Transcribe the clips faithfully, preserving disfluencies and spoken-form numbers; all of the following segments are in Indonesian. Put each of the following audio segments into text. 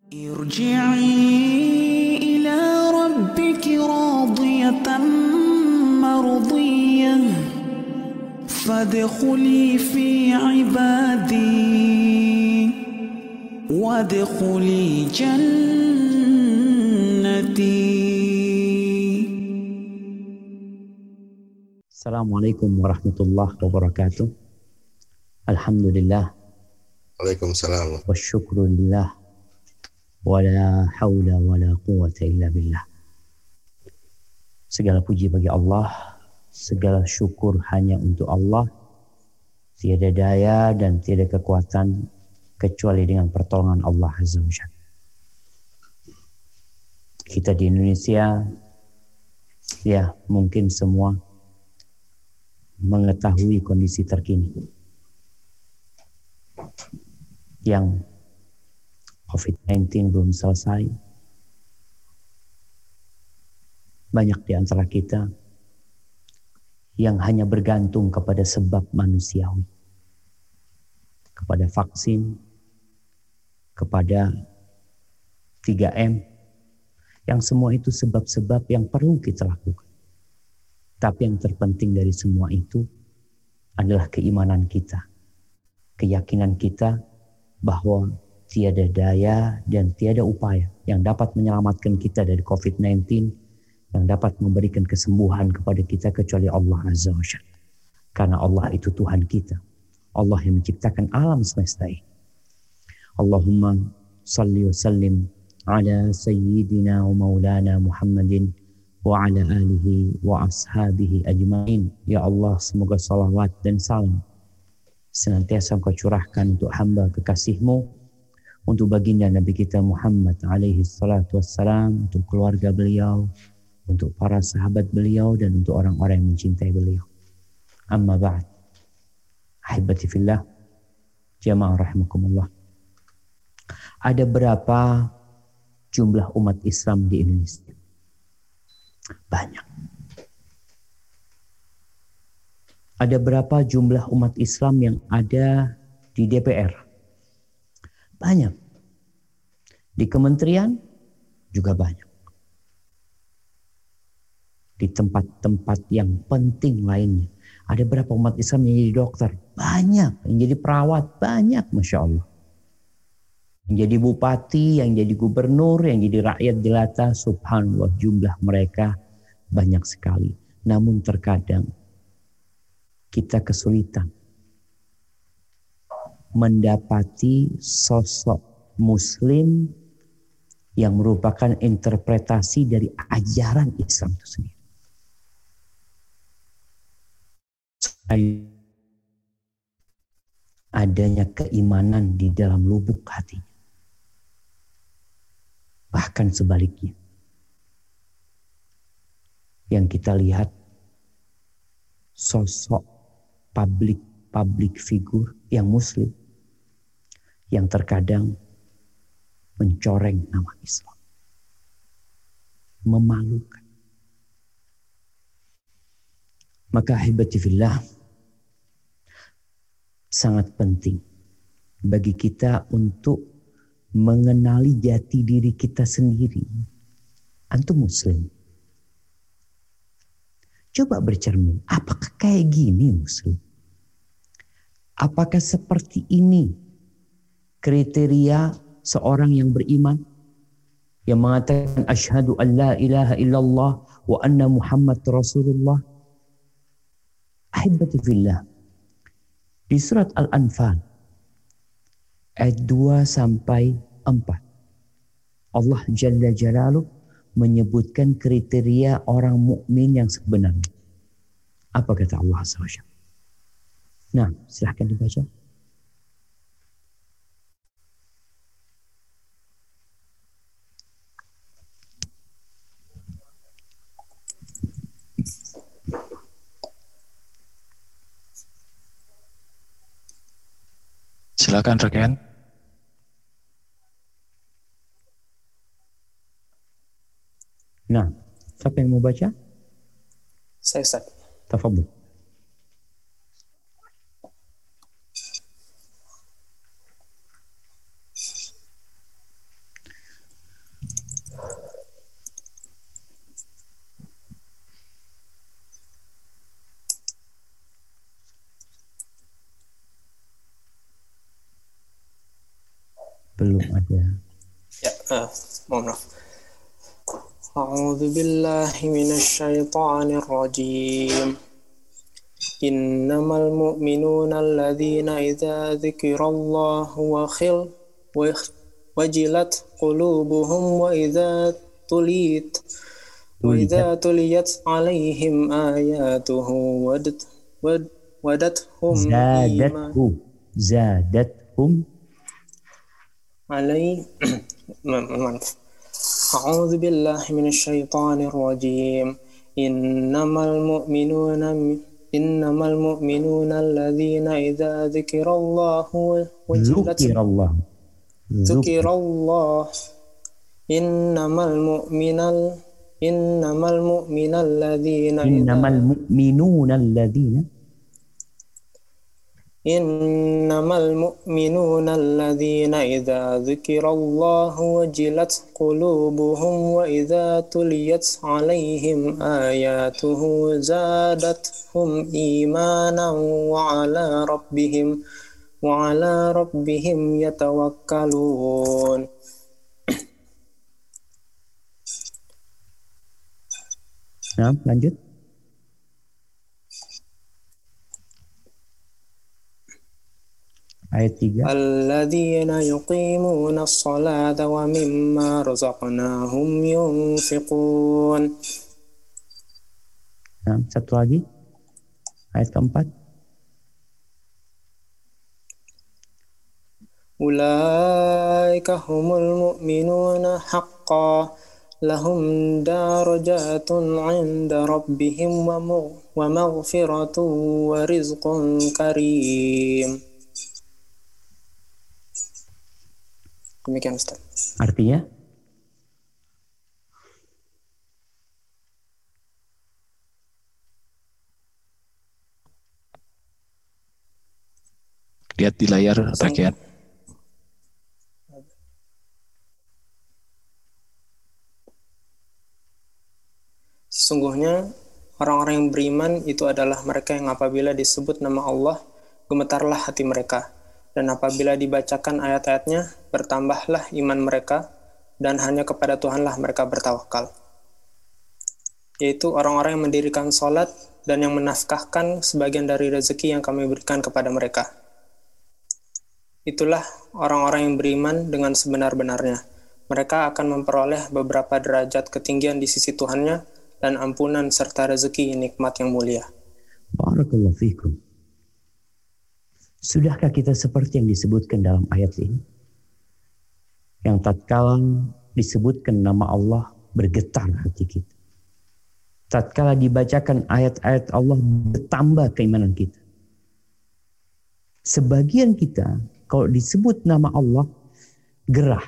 ارجعي إلى ربك راضية مرضية فادخلي في عبادي وادخلي جنتي. Assalamualaikum warahmatullahi wabarakatuh. Alhamdulillah. Waalaikumsalam. Wasyukrulillah. Wala hawla wala quwata illa billah. Segala puji bagi Allah, segala syukur hanya untuk Allah. Tiada daya dan tiada kekuatan kecuali dengan pertolongan Allah Azza wa Jalla. Kita di Indonesia, ya mungkin semua mengetahui kondisi terkini yang covid sembilan belas belum selesai. Banyak di antara kita yang hanya bergantung kepada sebab manusiawi, kepada vaksin, kepada tiga M, yang semua itu sebab-sebab yang perlu kita lakukan. Tapi yang terpenting dari semua itu adalah keimanan kita, keyakinan kita bahwa tiada daya dan tiada upaya yang dapat menyelamatkan kita dari covid sembilan belas, yang dapat memberikan kesembuhan kepada kita kecuali Allah Azza wa Jalla. Karena Allah itu Tuhan kita. Allah yang menciptakan alam semesta ini. Allahumma salli wa sallim ala sayyidina wa maulana Muhammadin wa ala alihi wa ashabihi ajma'in. Ya Allah, semoga salawat dan salam senantiasa Engkau curahkan untuk hamba kekasih-Mu, untuk baginda Nabi kita Muhammad alaihi salatu wassalam, untuk keluarga beliau, untuk para sahabat beliau, dan untuk orang-orang yang mencintai beliau. Amma ba'd. Ahibati fillah, jamaah rahimakumullah. Ada berapa jumlah umat Islam di Indonesia? Banyak. Ada berapa jumlah umat Islam yang ada di D P R? Banyak. Di kementerian juga banyak. Di tempat-tempat yang penting lainnya. Ada berapa umat Islam yang jadi dokter? Banyak. Yang jadi perawat? Banyak, Masya Allah. Yang jadi bupati, yang jadi gubernur, yang jadi rakyat jelata, subhanallah, jumlah mereka banyak sekali. Namun terkadang kita kesulitan mendapati sosok muslim yang merupakan interpretasi dari ajaran Islam itu sendiri. Adanya keimanan di dalam lubuk hatinya. Bahkan sebaliknya. Yang kita lihat sosok public public figure yang muslim yang terkadang mencoreng nama Islam. Memalukan. Maka ahibati fillah, sangat penting bagi kita untuk mengenali jati diri kita sendiri. Antum muslim. Coba bercermin, apakah kayak gini muslim? Apakah seperti ini kriteria seorang yang beriman? Yang mengatakan asyhadu an la ilaha illallah wa anna Muhammad Rasulullah. Ahibati fillah. Di surat Al-Anfal ayat dua sampai empat. Allah Jalla Jalaluh menyebutkan kriteria orang mukmin yang sebenarnya. Apa kata Allah subhanahu wa taala? Nah, silahkan dibaca. Silakan rekan. Nah, siapa yang mau baca? Saya Ustaz. Tafadhol. Belum ada. Ya, uh, mohon maaf. A'udzu billahi minasy syaithanir rajim. Innamal mu'minuna alladzina idza dzikirallahu wa khil wajilat qulubuhum wa idza tuliyat wa idza tuliyat alaihim ayatuhu wadat wad wadathum Zadathum Zadathum alai maaf. A'udzu billahi minasy syaithanir rajim. Innamal mu'minuna innamal mu'minuna alladzina idza dzikirallahu wajilat Zukirallah Zukirallah innamal mu'minal innamal mu'minal ladzina Innamal mu'minuna alladzina innamal mu'minuna alladzina idza dzukirallahu wajilat qulubuhum wa idza tuliyat alaihim ayatuhu zadatuhum imanan wa ala rabbihim wa ala rabbihim yatawakkalun. Nah, lanjut. Ayat tiga. Alladzina yuqimuna as-salata wa mimma razaqnahum yunfiqun. Nah, satu lagi. Ayat keempat. Ulaika humul mu'minuna haqqan lahum darajatun 'inda rabbihim wa wa maghfiratun wa rizqun karim. Demikian Ustaz. Artinya? Lihat di layar pakaian. Sesungguhnya orang-orang yang beriman itu adalah mereka yang apabila disebut nama Allah, gemetarlah hati mereka. Dan apabila dibacakan ayat-ayatnya, bertambahlah iman mereka, dan hanya kepada Tuhanlah mereka bertawakal. Yaitu orang-orang yang mendirikan sholat dan yang menafkahkan sebagian dari rezeki yang kami berikan kepada mereka. Itulah orang-orang yang beriman dengan sebenar-benarnya. Mereka akan memperoleh beberapa derajat ketinggian di sisi Tuhannya dan ampunan serta rezeki nikmat yang mulia. Barakallahu fikum. Sudahkah kita seperti yang disebutkan dalam ayat ini? Yang tatkala disebutkan nama Allah bergetar hati kita. Tatkala dibacakan ayat-ayat Allah bertambah keimanan kita. Sebagian kita kalau disebut nama Allah gerah.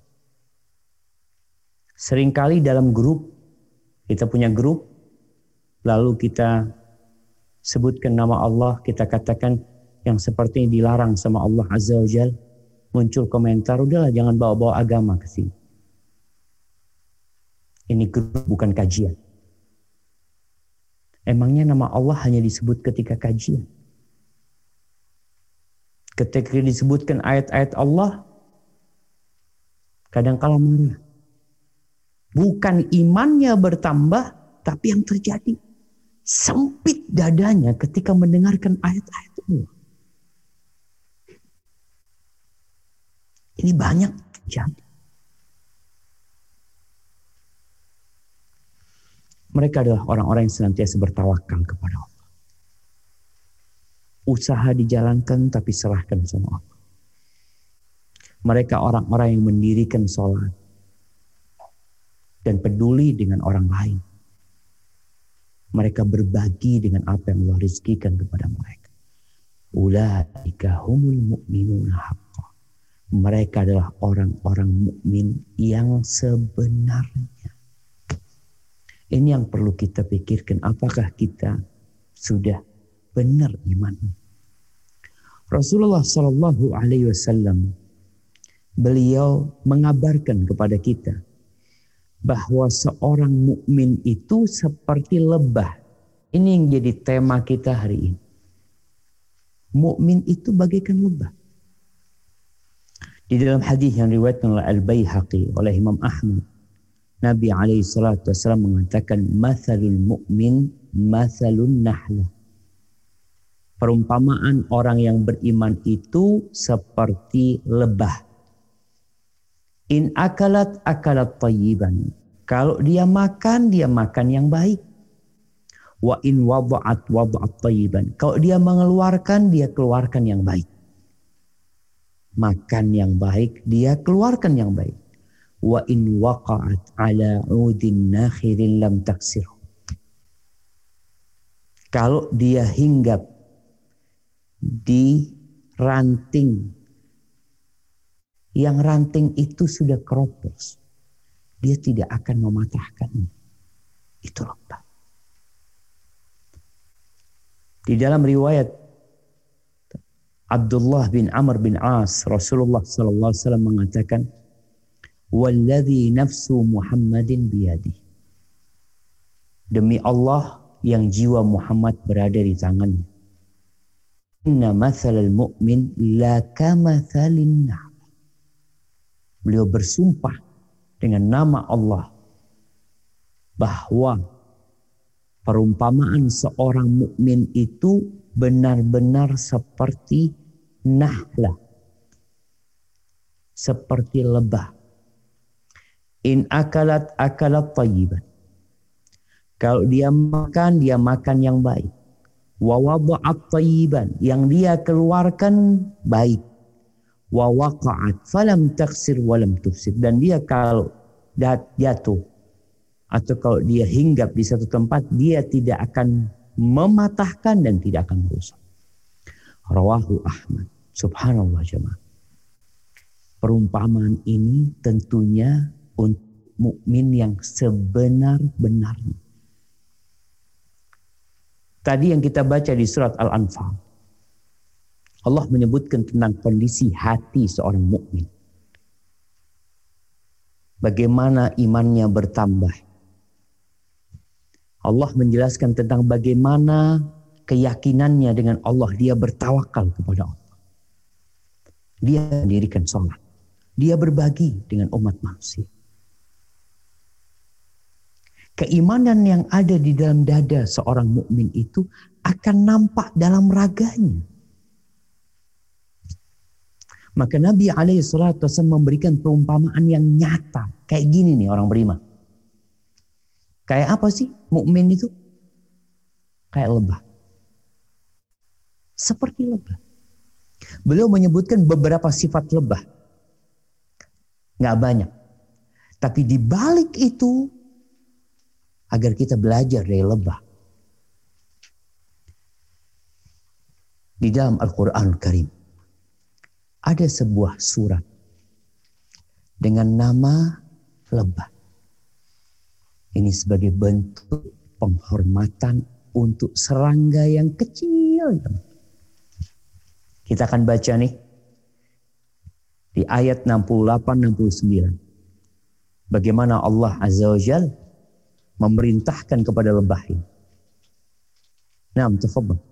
Seringkali dalam grup, kita punya grup, lalu kita sebutkan nama Allah, kita katakan yang seperti ini dilarang sama Allah Azza wa Jalla, muncul komentar, udahlah jangan bawa-bawa agama ke sini. Ini grup bukan kajian. Emangnya nama Allah hanya disebut ketika kajian? Ketika disebutkan ayat-ayat Allah, kadang-kala marah. Bukan imannya bertambah, tapi yang terjadi sempit dadanya ketika mendengarkan ayat-ayat Allah. Ini banyak terjadi. Mereka adalah orang-orang yang senantiasa bertawakal kepada Allah. Usaha dijalankan tapi serahkan sama Allah. Mereka orang-orang yang mendirikan sholat dan peduli dengan orang lain. Mereka berbagi dengan apa yang Allah rizkikan kepada mereka. Ulaika humul mu'minuna haqqan. Mereka adalah orang-orang mukmin yang sebenarnya. Ini yang perlu kita pikirkan. Apakah kita sudah benar imannya? Rasulullah Shallallahu Alaihi Wasallam beliau mengabarkan kepada kita bahwa seorang mukmin itu seperti lebah. Ini yang jadi tema kita hari ini. Mukmin itu bagaikan lebah. Di dalam hadis yang diriwayatkan oleh Al-Baihaqi oleh Imam Ahmad, Nabi alaihi salatu wasallam mengatakan, "Matsalul mu'min matsalun nahlah." Perumpamaan orang yang beriman itu seperti lebah. In akalat akalat thayyiban. Kalau dia makan, dia makan yang baik. Wa in wada'at wada'at thayyiban. Kalau dia mengeluarkan, dia keluarkan yang baik. Makan yang baik, dia keluarkan yang baik. Wa in waqa'at ala 'udin nakhirin lam taksir. Kalau dia hinggap di ranting, yang ranting itu sudah keropos, dia tidak akan mematahkannya. Itu lebah. Di dalam riwayat Abdullah bin Amr bin As, Rasulullah sallallahu alaihi wasallam mengatakan, "Walladzi nafsu Muhammadin biyadi." Demi Allah yang jiwa Muhammad berada di tangannya. Inna mathalal mu'min la kamathalin nahl. Beliau bersumpah dengan nama Allah bahwa perumpamaan seorang mukmin itu benar-benar seperti nahlah, seperti lebah. In akalat akalat thayyiban. Kalau dia makan, dia makan yang baik. Wa wada'at thayyiban, yang dia keluarkan baik. Wa waqa'at falam taksir walam tufsid, dan dia kalau jatuh atau kalau dia hinggap di satu tempat, dia tidak akan mematahkan dan tidak akan merusak. Rawahu Ahmad. Subhanallah jemaah. Perumpamaan ini tentunya untuk mukmin yang sebenar-benarnya. Tadi yang kita baca di surat Al-Anfal, Allah menyebutkan tentang kondisi hati seorang mukmin. Bagaimana imannya bertambah. Allah menjelaskan tentang bagaimana keyakinannya dengan Allah. Dia bertawakal kepada Allah. Dia mendirikan sholat. Dia berbagi dengan umat manusia. Keimanan yang ada di dalam dada seorang mukmin itu akan nampak dalam raganya. Maka Nabi alaihi salatu wasallam memberikan perumpamaan yang nyata. Kayak gini nih orang beriman. Kayak apa sih mukmin itu? Kayak lebah. Seperti lebah. Beliau menyebutkan beberapa sifat lebah. Nggak banyak. Tapi di balik itu, agar kita belajar dari lebah. Di dalam Al-Quranul Karim, ada sebuah surat dengan nama lebah. Ini sebagai bentuk penghormatan untuk serangga yang kecil. Kita akan baca nih di ayat enam puluh delapan enam puluh sembilan. Bagaimana Allah Azza wa Jalla memerintahkan kepada lebah ini. Naam, tafadhal.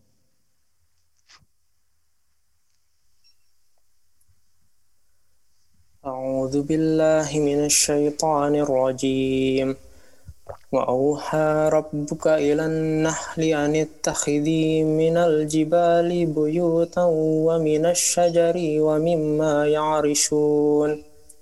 A'udzu billahi minasy syaithanir rajim. Wa auha rabbuka ilan nahli an ittakhidhi minal jibali buyutan wa minasy syajari wa mimma ya'rishun.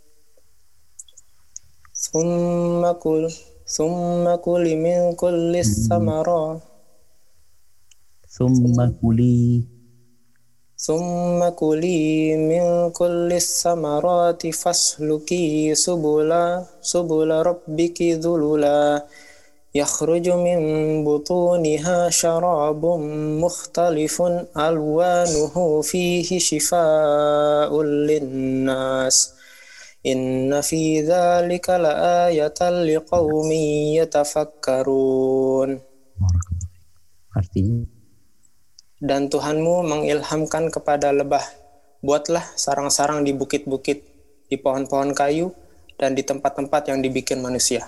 Thumma kul thumma kuli min kulli samara. Thumma kuli ثم كلي من كل الثمرات فاسلكي سبل سبل ربك ذللا يخرج من بطونها شراب مختلف ألوانه فيه شفاء للناس إن في ذلك لآية لقوم يتفكرون. Artinya, dan Tuhanmu mengilhamkan kepada lebah, buatlah sarang-sarang di bukit-bukit, di pohon-pohon kayu, dan di tempat-tempat yang dibikin manusia.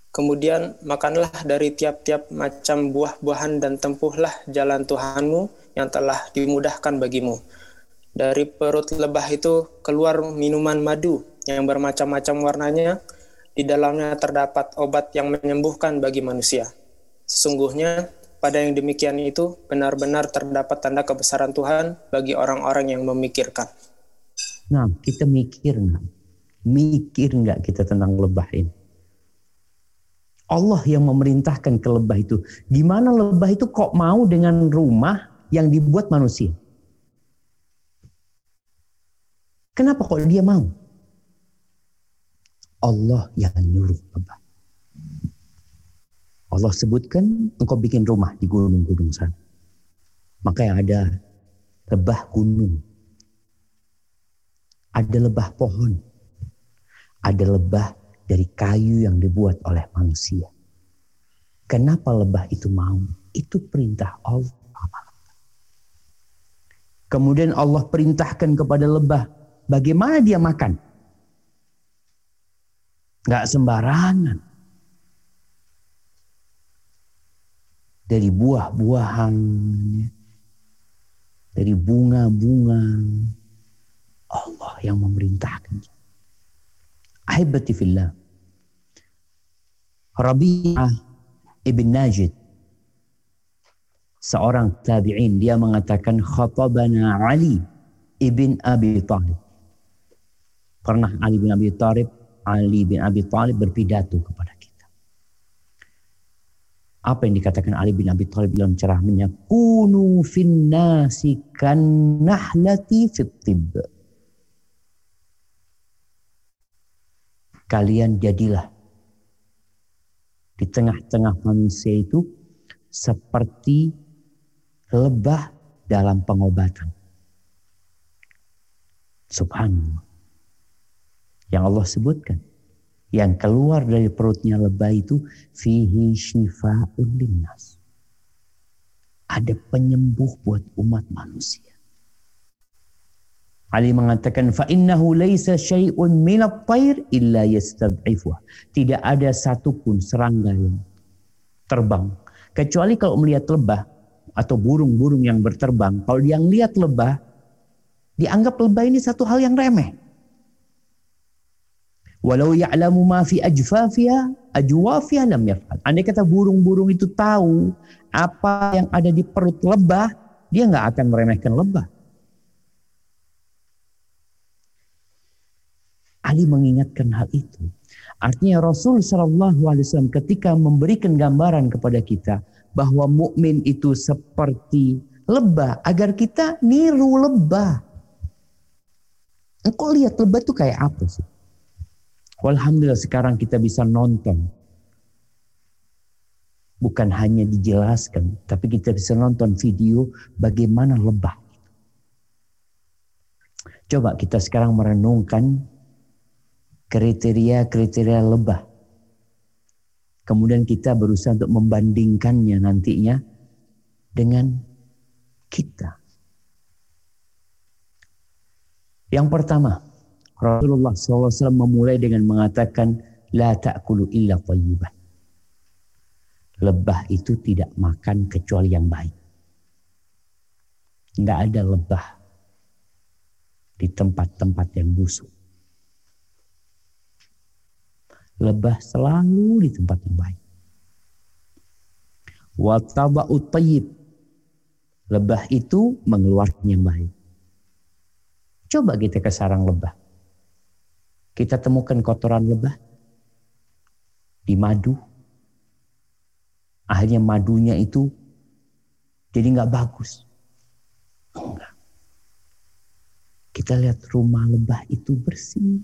Kemudian makanlah dari tiap-tiap macam buah-buahan dan tempuhlah jalan Tuhanmu yang telah dimudahkan bagimu. Dari perut lebah itu keluar minuman madu yang bermacam-macam warnanya. Di dalamnya terdapat obat yang menyembuhkan bagi manusia. Sesungguhnya pada yang demikian itu benar-benar terdapat tanda kebesaran Tuhan bagi orang-orang yang memikirkan. Nah, kita mikir nggak? Mikir nggak kita tentang lebah ini? Allah yang memerintahkan ke lebah itu. Gimana lebah itu kok mau dengan rumah yang dibuat manusia? Kenapa kok dia mau? Allah yang nyuruh lebah. Allah sebutkan, engkau bikin rumah di gunung-gunung sana. Maka yang ada lebah gunung. Ada lebah pohon. Ada lebah dari kayu yang dibuat oleh manusia. Kenapa lebah itu mau? Itu perintah Allah. Kemudian Allah perintahkan kepada lebah, bagaimana dia makan? Gak sembarangan. Dari buah-buahan, dari bunga-bunga, Allah yang memerintahkan. Ahibati fillah. Rabi'ah ibn Najid, seorang tabi'in, dia mengatakan khatabana Ali ibn Abi Thalib. Pernah Ali bin Abi Thalib Ali bin Abi Thalib berpidato kepada kita. Apa yang dikatakan Ali bin Abi Thalib dalam ceramahnya? Kunu fin nasi kan nahlati fit tibb. Kalian jadilah di tengah-tengah manusia itu seperti lebah dalam pengobatan. Subhanallah. Yang Allah sebutkan, yang keluar dari perutnya lebah itu fihi syifa'un linnas. Ada penyembuh buat umat manusia. Ali mengatakan fa innahu laisa syai'un minat thair illa yastad'ifuha. Tidak ada satupun serangga yang terbang kecuali kalau melihat lebah atau burung-burung yang berterbang, kalau dia lihat lebah, dianggap lebah ini satu hal yang remeh. Walau ya'lamu ma fi ajfafiha ajwafiha lam yaf'al. Andai kata burung-burung itu tahu apa yang ada di perut lebah, dia nggak akan meremehkan lebah. Ali mengingatkan hal itu. Artinya Rasul Shallallahu Alaihi Wasallam ketika memberikan gambaran kepada kita bahwa mukmin itu seperti lebah, agar kita niru lebah. Engkau lihat lebah itu kayak apa sih? Alhamdulillah sekarang kita bisa nonton. Bukan hanya dijelaskan, tapi kita bisa nonton video bagaimana lebah. Coba kita sekarang merenungkan kriteria-kriteria lebah. Kemudian kita berusaha untuk membandingkannya nantinya dengan kita. Yang pertama, Rasulullah shallallahu alaihi wasallam memulai dengan mengatakan, La ta'kulu illa thayyiban. Lebah itu tidak makan kecuali yang baik. Nggak ada lebah di tempat-tempat yang busuk. Lebah selalu di tempat yang baik. Wa taba'ut tayyib. Lebah itu mengeluarkan yang baik. Coba kita ke sarang lebah. Kita temukan kotoran lebah di madu. Akhirnya madunya itu jadi nggak bagus. Enggak. Kita lihat rumah lebah itu bersih.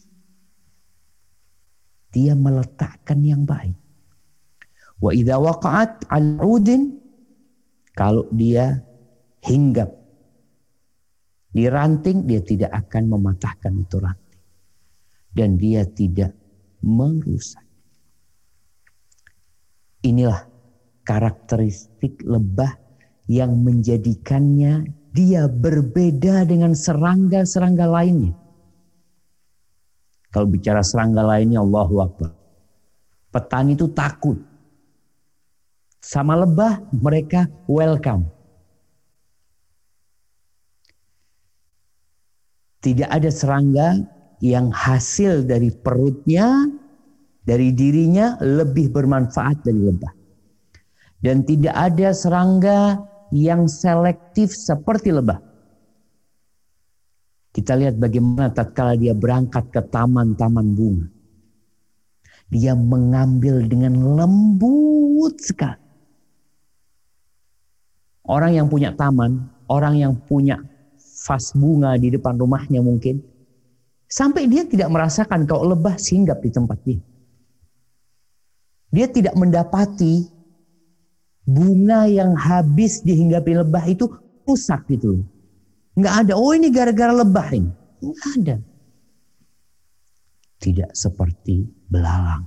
Dia meletakkan yang baik. Wa idza waqa'at 'al 'udin, kalau dia hinggap di ranting, dia tidak akan mematahkan itu ranting. Dan dia tidak merusak. Inilah karakteristik lebah yang menjadikannya dia berbeda dengan serangga-serangga lainnya. Kalau bicara serangga lainnya, Allahu Akbar. Petani itu takut. Sama lebah mereka welcome. Tidak ada serangga yang hasil dari perutnya, dari dirinya lebih bermanfaat dari lebah. Dan tidak ada serangga yang selektif seperti lebah. Kita lihat bagaimana tatkala dia berangkat ke taman-taman bunga. Dia mengambil dengan lembut sekali. Orang yang punya taman, orang yang punya vas bunga di depan rumahnya mungkin, sampai dia tidak merasakan kalau lebah singgap di tempat dia. Dia tidak mendapati bunga yang habis dihinggapi lebah itu rusak gitu. Nggak ada, oh ini gara-gara lebah ini. Nggak ada. Tidak seperti belalang.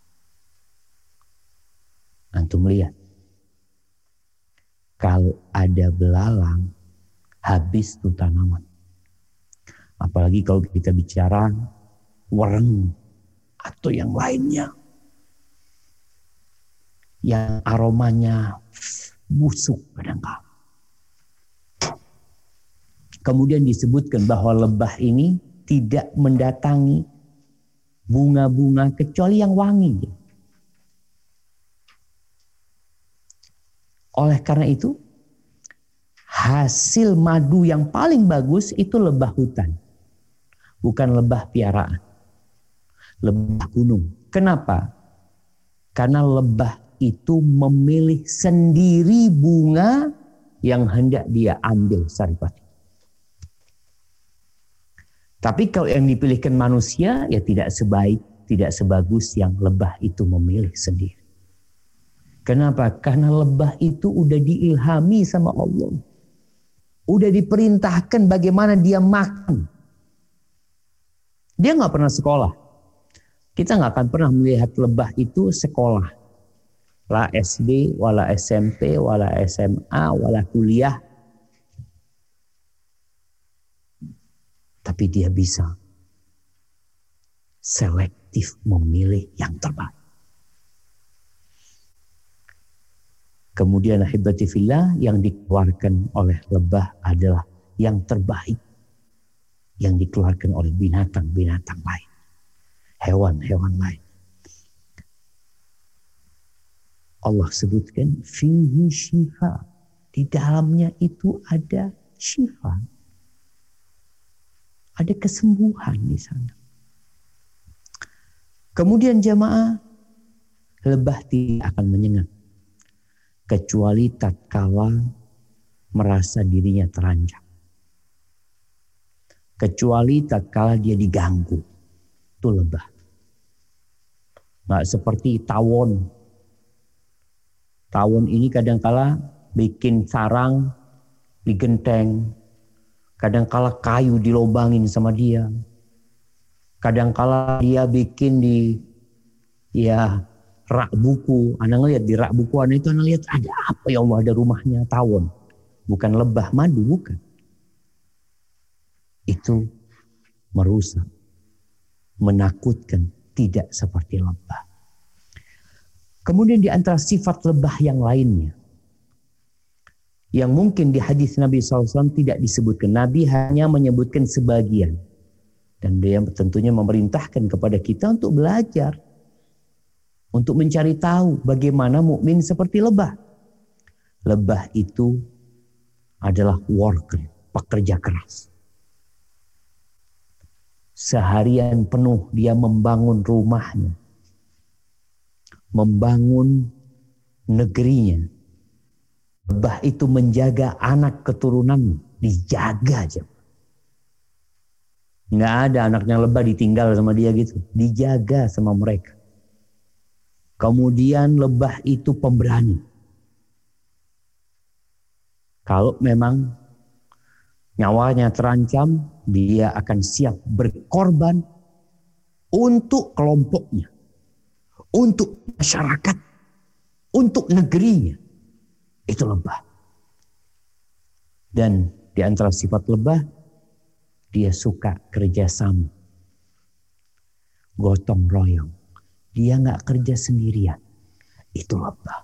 Antum lihat. Kalau ada belalang, habis tuh tanaman. Apalagi kalau kita bicara wereng atau yang lainnya. Yang aromanya busuk kadang-kadang. Kemudian disebutkan bahwa lebah ini tidak mendatangi bunga-bunga kecuali yang wangi. Oleh karena itu, hasil madu yang paling bagus itu lebah hutan. Bukan lebah piaraan. Lebah gunung. Kenapa? Karena lebah itu memilih sendiri bunga yang hendak dia ambil saripati. Tapi kalau yang dipilihkan manusia, ya tidak sebaik, tidak sebagus yang lebah itu memilih sendiri. Kenapa? Karena lebah itu udah diilhami sama Allah. Udah diperintahkan bagaimana dia makan. Dia nggak pernah sekolah. Kita nggak akan pernah melihat lebah itu sekolah. La S D, wala S M P, wala S M A, wala kuliah. Tapi dia bisa selektif memilih yang terbaik. Kemudian ahibati fillah, yang dikeluarkan oleh lebah adalah yang terbaik yang dikeluarkan oleh binatang-binatang lain, hewan-hewan lain. Allah sebutkan fihi syifa, di dalamnya itu ada syifa, ada kesembuhan di sana. Kemudian jamaah, lebah tidak akan menyengat kecuali tatkala merasa dirinya terancam. Kecuali tatkala dia diganggu. Itu lebah. Nggak seperti tawon. Tawon ini kadangkala bikin sarang di genteng. Kadangkala kayu dilobangin sama dia. Kadangkala dia bikin di ya rak buku. Anda ngelihat di rak buku Anda itu, Anda lihat ada apa ya Allah, ada rumahnya tawon. Bukan lebah madu, bukan. Itu merusak, menakutkan, tidak seperti lebah. Kemudian di antara sifat lebah yang lainnya, yang mungkin di hadis Nabi shallallahu alaihi wasallam tidak disebutkan. Nabi hanya menyebutkan sebagian. Dan dia tentunya memerintahkan kepada kita untuk belajar. Untuk mencari tahu bagaimana mukmin seperti lebah. Lebah itu adalah worker, pekerja keras. Seharian penuh dia membangun rumahnya. Membangun negerinya. Lebah itu menjaga anak keturunannya. Dijaga aja. Nggak ada anaknya lebah ditinggal sama dia gitu. Dijaga sama mereka. Kemudian lebah itu pemberani. Kalau memang nyawanya terancam, dia akan siap berkorban untuk kelompoknya, untuk masyarakat, untuk negerinya. Itu lebah. Dan di antara sifat lebah, dia suka kerjasama, gotong royong. Dia nggak kerja sendirian. Itu lebah.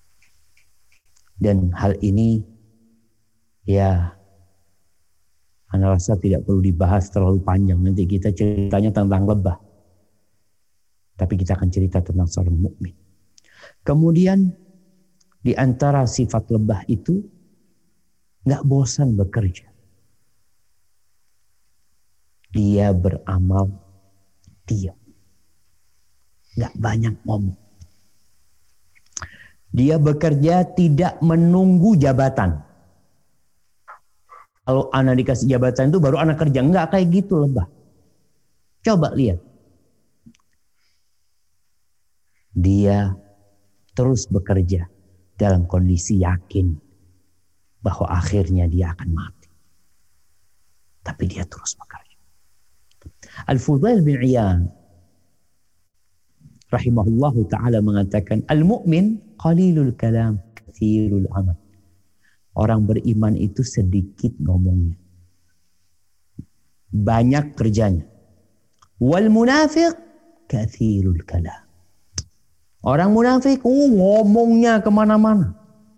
Dan hal ini ya Ana rasa tidak perlu dibahas terlalu panjang. Nanti kita ceritanya tentang lebah. Tapi kita akan cerita tentang seorang mukmin. Kemudian di antara sifat lebah itu nggak bosan bekerja. Dia beramal diam. Nggak banyak ngomong. Dia bekerja tidak menunggu jabatan. Kalau anak dikasih jabatan itu baru anak kerja. Enggak kayak gitu lebah. Coba lihat. Dia terus bekerja dalam kondisi yakin bahwa akhirnya dia akan mati. Tapi dia terus bekerja. Al-Fudail bin Iyad rahimahullahu ta'ala mengatakan, Al-mu'min qalilul kalam, kathirul amal. Orang beriman itu sedikit ngomongnya, banyak kerjanya. Wal munafiq kathirul kalam. Orang munafik oh, ngomongnya kemana-mana.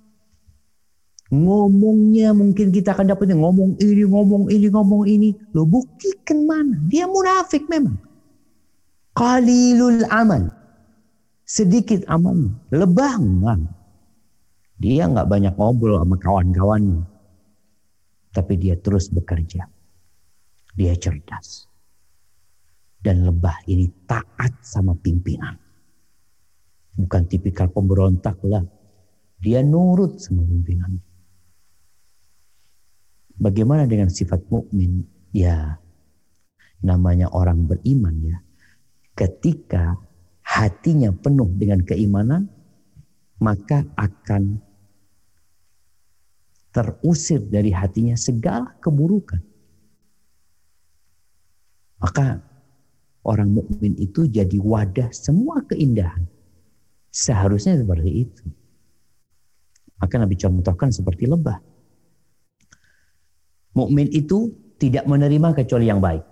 Ngomongnya mungkin kita akan dapatnya ngomong ini, ngomong ini, ngomong ini. Lo buktikan mana? Dia munafik memang. Qalilul amal. Sedikit amalnya. Lebangan. Dia nggak banyak ngobrol sama kawan-kawannya. Tapi dia terus bekerja. Dia cerdas. Dan lebah ini taat sama pimpinan. Bukan tipikal pemberontak lah. Dia nurut sama pimpinan. Bagaimana dengan sifat mukmin? Ya, namanya orang beriman ya. Ketika hatinya penuh dengan keimanan, maka akan terusir dari hatinya segala keburukan. Maka orang mukmin itu jadi wadah semua keindahan. Seharusnya seperti itu. Maka Nabi contohkan seperti lebah. Mukmin itu tidak menerima kecuali yang baik.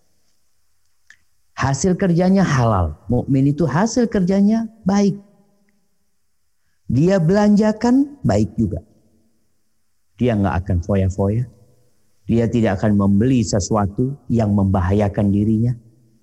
Hasil kerjanya halal. Mukmin itu hasil kerjanya baik. Dia belanjakan baik juga. Dia nggak akan foya-foya. Dia tidak akan membeli sesuatu yang membahayakan dirinya.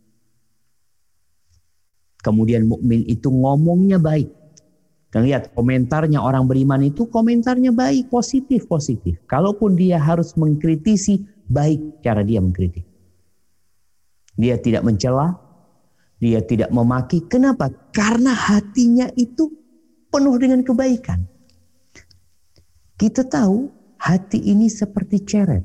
Kemudian mukmin itu ngomongnya baik. Dan lihat komentarnya orang beriman itu komentarnya baik, positif, positif. Kalaupun dia harus mengkritisi, baik cara dia mengkritik. Dia tidak mencela, dia tidak memaki. Kenapa? Karena hatinya itu penuh dengan kebaikan. Kita tahu hati ini seperti ceret.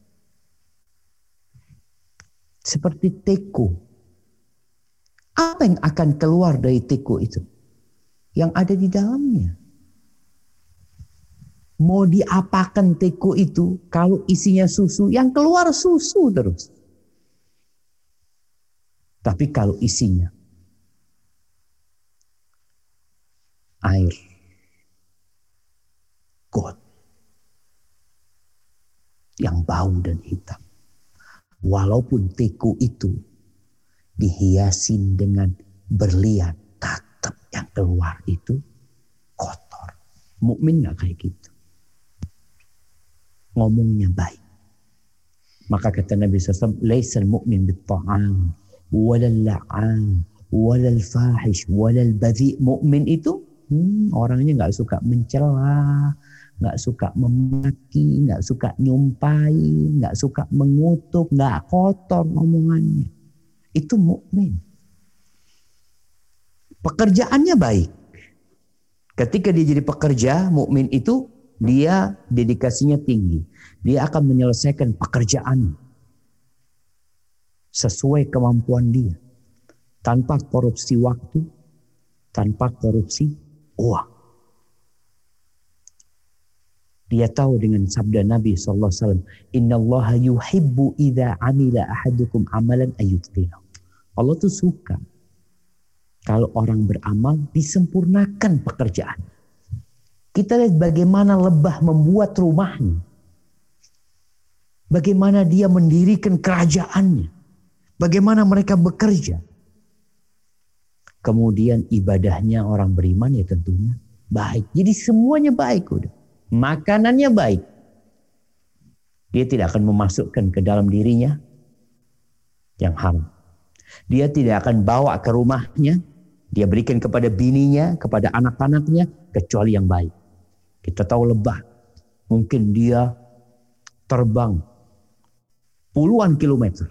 Seperti teko. Apa yang akan keluar dari teko itu? Yang ada di dalamnya. Mau diapakan teko itu kalau isinya susu, yang keluar susu terus. Tapi kalau isinya air, got, yang bau dan hitam. Walaupun teko itu dihiasin dengan berlian, tetap yang keluar itu kotor. Mukmin nggak kayak gitu. Ngomongnya baik. Maka kata Nabi shallallahu alaihi wasallam, "Laisal mu'min bit-ta'am, walal la'an, walal fahish, walal badhi." Mukmin itu hmm, orangnya nggak suka mencela, nggak suka memaki, nggak suka nyumpai, nggak suka mengutuk, nggak kotor omongannya. Itu mukmin. Pekerjaannya baik. Ketika dia jadi pekerja, mukmin itu dia dedikasinya tinggi. Dia akan menyelesaikan pekerjaan sesuai kemampuan dia, tanpa korupsi waktu, tanpa korupsi uang. Dia tahu dengan sabda Nabi shallallahu alaihi wasallam, Inna Allaha yuhibbu idha amila ahadukum amalan ayyutqinahu. Allah tuh suka kalau orang beramal disempurnakan pekerjaan. Kita lihat bagaimana lebah membuat rumahnya. Bagaimana dia mendirikan kerajaannya. Bagaimana mereka bekerja. Kemudian ibadahnya orang beriman ya tentunya baik. Jadi semuanya baik udah. Makanannya baik. Dia tidak akan memasukkan ke dalam dirinya yang haram. Dia tidak akan bawa ke rumahnya, dia berikan kepada bininya, kepada anak-anaknya, kecuali yang baik. Kita tahu lebah, mungkin dia terbang puluhan kilometer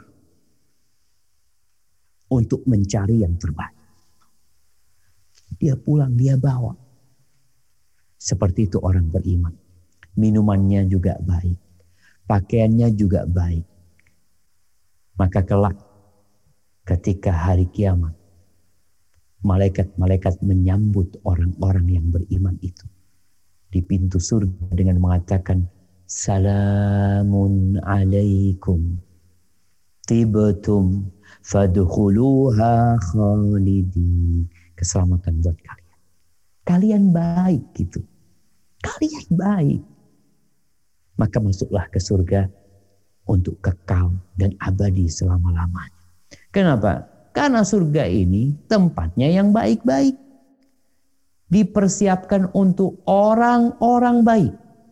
untuk mencari yang terbaik. Dia pulang, dia bawa. Seperti itu orang beriman. Minumannya juga baik, pakaiannya juga baik. Maka kelak ketika hari kiamat, malaikat-malaikat menyambut orang-orang yang beriman itu di pintu surga dengan mengatakan, Salamun alaikum tibtum fadkhuluha khalidin. Keselamatan buat kalian. Kalian baik gitu. Kalian baik. Maka masuklah ke surga untuk kekal dan abadi selama-lamanya. Kenapa? Karena surga ini tempatnya yang baik-baik. Dipersiapkan untuk orang-orang baik.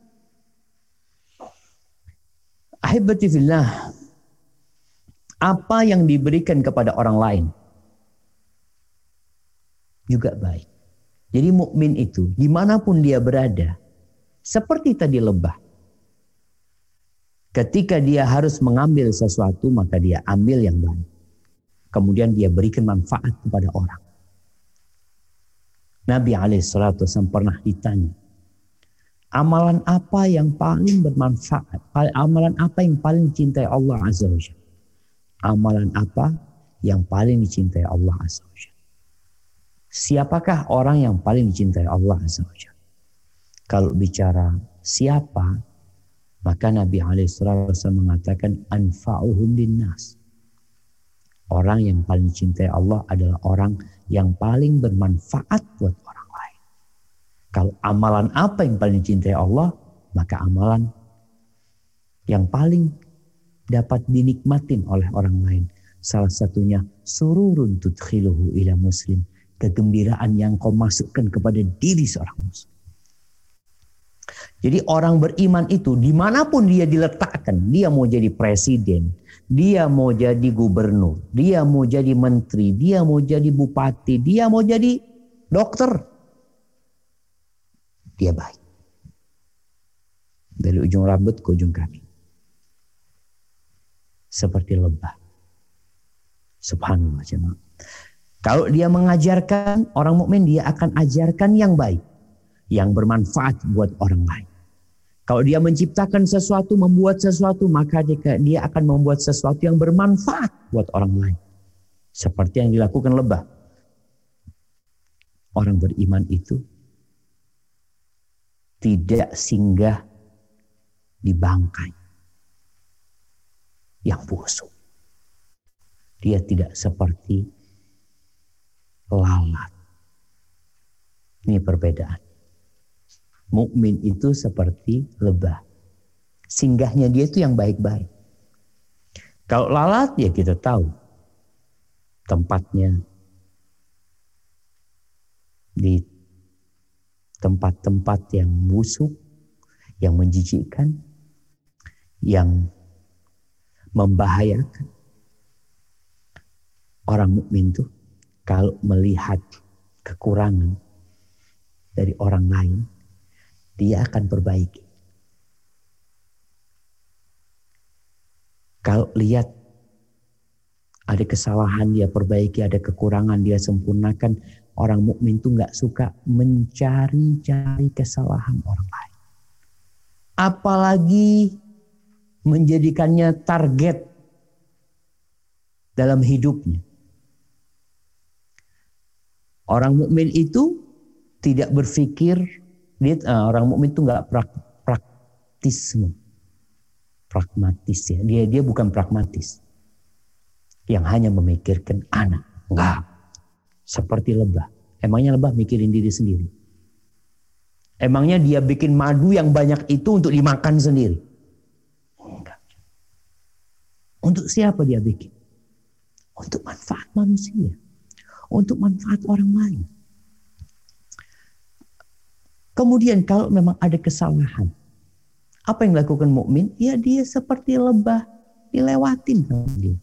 Ahibati fillah, apa yang diberikan kepada orang lain juga baik. Jadi mukmin itu dimanapun dia berada, seperti tadi lebah. Ketika dia harus mengambil sesuatu, maka dia ambil yang baik. Kemudian dia berikan manfaat kepada orang. Nabi alaihissalatu wasallam pernah ditanya, amalan apa yang paling bermanfaat? Amalan apa yang paling dicintai Allah Azza wa Jalla? Amalan apa yang paling dicintai Allah Azza wa Jalla? Siapakah orang yang paling dicintai Allah Azza wa Jalla? Kalau bicara siapa, maka Nabi alaihissalatu wasallam mengatakan anfa'uhum linnas. Orang yang paling dicintai Allah adalah orang yang paling bermanfaat buat orang lain. Kalau amalan apa yang paling dicintai Allah, maka amalan yang paling dapat dinikmatin oleh orang lain. Salah satunya sururun tudkhiluhu ila muslim. Kegembiraan yang kau masukkan kepada diri seorang muslim. Jadi orang beriman itu dimanapun dia diletakkan, dia mau jadi presiden, dia mau jadi gubernur, dia mau jadi menteri, dia mau jadi bupati, dia mau jadi dokter, dia baik. Dari ujung rambut ke ujung kaki. Seperti lebah. Subhanallah jemaah. Kalau dia mengajarkan orang mukmin, dia akan ajarkan yang baik, yang bermanfaat buat orang lain. Kalau dia menciptakan sesuatu, membuat sesuatu, maka dia akan membuat sesuatu yang bermanfaat buat orang lain. Seperti yang dilakukan lebah. Orang beriman itu tidak singgah di bangkai yang busuk. Dia tidak seperti lalat. Ini perbedaan. Mukmin itu seperti lebah. Singgahnya dia itu yang baik-baik. Kalau lalat ya kita tahu tempatnya di tempat-tempat yang busuk, yang menjijikkan, yang membahayakan. Orang mukmin tuh kalau melihat kekurangan dari orang lain, dia akan perbaiki. Kalau lihat ada kesalahan, dia perbaiki, ada kekurangan, dia sempurnakan. Orang mukmin itu nggak suka mencari-cari kesalahan orang lain. Apalagi menjadikannya target dalam hidupnya. Orang mukmin itu tidak berpikir, dia, uh, orang mukmin itu nggak prak, praktisme, pragmatis ya. Dia dia bukan pragmatis, yang hanya memikirkan anak. Enggak, seperti lebah. Emangnya lebah mikirin diri sendiri? Emangnya dia bikin madu yang banyak itu untuk dimakan sendiri? Enggak. Untuk siapa dia bikin? Untuk manfaat manusia. Untuk manfaat orang lain. Kemudian kalau memang ada kesalahan, Apa yang dilakukan mukmin? Ya dia seperti lebah, dilewatin sama dia.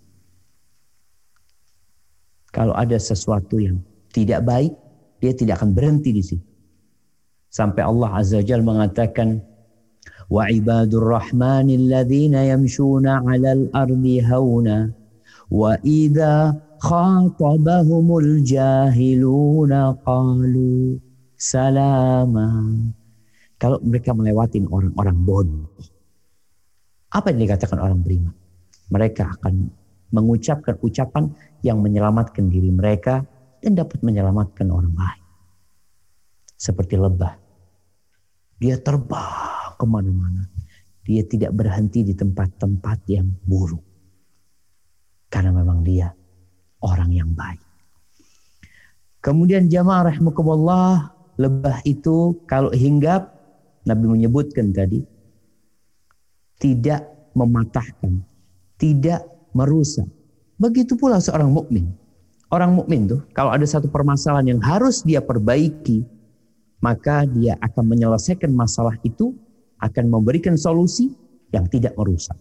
Kalau ada sesuatu yang tidak baik, dia tidak akan berhenti di situ. Sampai Allah Azza wa Jalla mengatakan, wa ibadur rahmanil ladzina yamshuna 'alal ardi hauna wa idza khatabahumul jahiluna qalu salama. Kalau mereka melewatin orang-orang bodoh, apa yang dikatakan orang beriman? Mereka akan mengucapkan ucapan yang menyelamatkan diri mereka dan dapat menyelamatkan orang lain. Seperti lebah. Dia terbang kemana-mana. Dia tidak berhenti di tempat-tempat yang buruk. Karena memang dia orang yang baik. Kemudian jamaah rahimakumullah, lebah itu kalau hinggap, Nabi menyebutkan tadi, tidak mematahkan, tidak merusak. Begitu pula seorang mukmin. Orang mukmin tuh kalau ada satu permasalahan yang harus dia perbaiki, maka dia akan menyelesaikan masalah itu, akan memberikan solusi yang tidak merusak.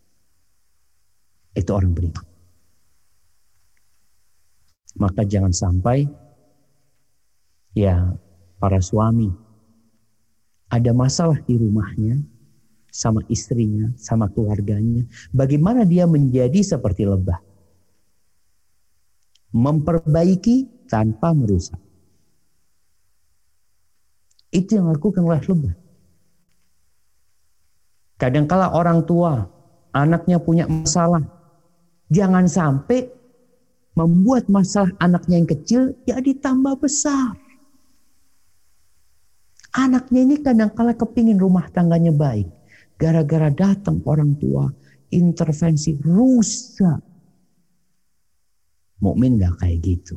Itu orang beriman. Maka jangan sampai ya para suami ada masalah di rumahnya sama istrinya, sama keluarganya. Bagaimana dia menjadi seperti lebah? Memperbaiki tanpa merusak. Itu yang dilakukan oleh lebah. Kadangkala orang tua, anaknya punya masalah. Jangan sampai membuat masalah anaknya yang kecil jadi tambah besar. Anaknya ini kadangkala kepingin rumah tangganya baik. Gara-gara datang orang tua, intervensi, rusak. Mukmin gak kayak gitu.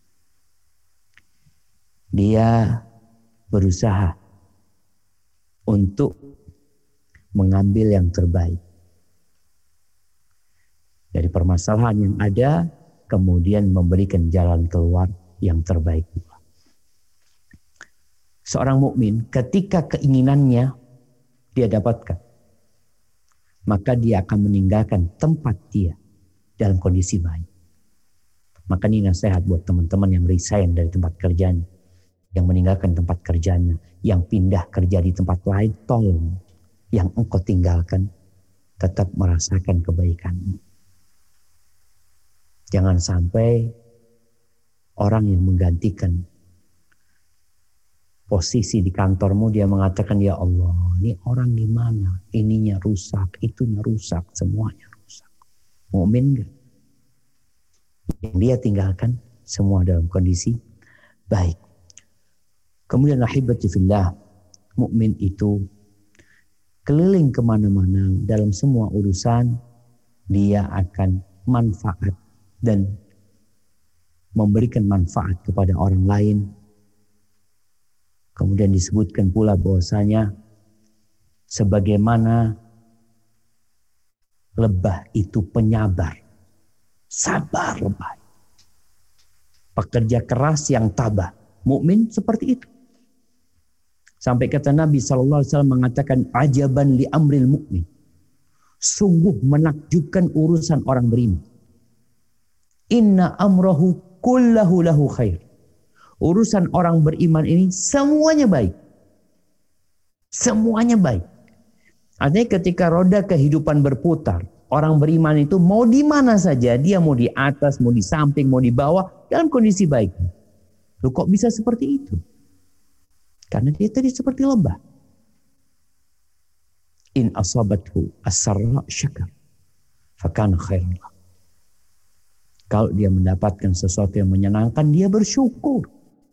Dia berusaha untuk mengambil yang terbaik dari permasalahan yang ada, kemudian memberikan jalan keluar yang terbaik. Seorang mukmin ketika keinginannya dia dapatkan, maka dia akan meninggalkan tempat dia dalam kondisi baik. Maka ini nasihat buat teman-teman yang resign dari tempat kerjanya, yang meninggalkan tempat kerjanya, yang pindah kerja di tempat lain, tolong yang engkau tinggalkan tetap merasakan kebaikanmu. Jangan sampai orang yang menggantikan posisi di kantormu dia mengatakan, ya Allah, ini orang gimana? Ininya rusak, itunya rusak, semuanya rusak. Mukmin enggak? Yang dia tinggalkan semua dalam kondisi baik. Kemudian ahibati fillah, mukmin itu keliling kemana-mana dalam semua urusan, dia akan manfaat dan memberikan manfaat kepada orang lain. Kemudian disebutkan pula bahwasanya sebagaimana lebah itu penyabar, sabar lebah, pekerja keras yang tabah, mukmin seperti itu. Sampai kata Nabi shallallahu alaihi wasallam mengatakan, ajaban li amril mukmin, sungguh menakjubkan urusan orang beriman. Inna amrahu kullahu lahu khair. Urusan orang beriman ini semuanya baik. Semuanya baik. Artinya ketika roda kehidupan berputar, orang beriman itu mau di mana saja, dia mau di atas, mau di samping, mau di bawah, dalam kondisi baik. Loh kok bisa seperti itu? Karena dia tadi seperti lebah. In asabathu as-sarra syakar, fakana khairan lahu. Kalau dia mendapatkan sesuatu yang menyenangkan, dia bersyukur.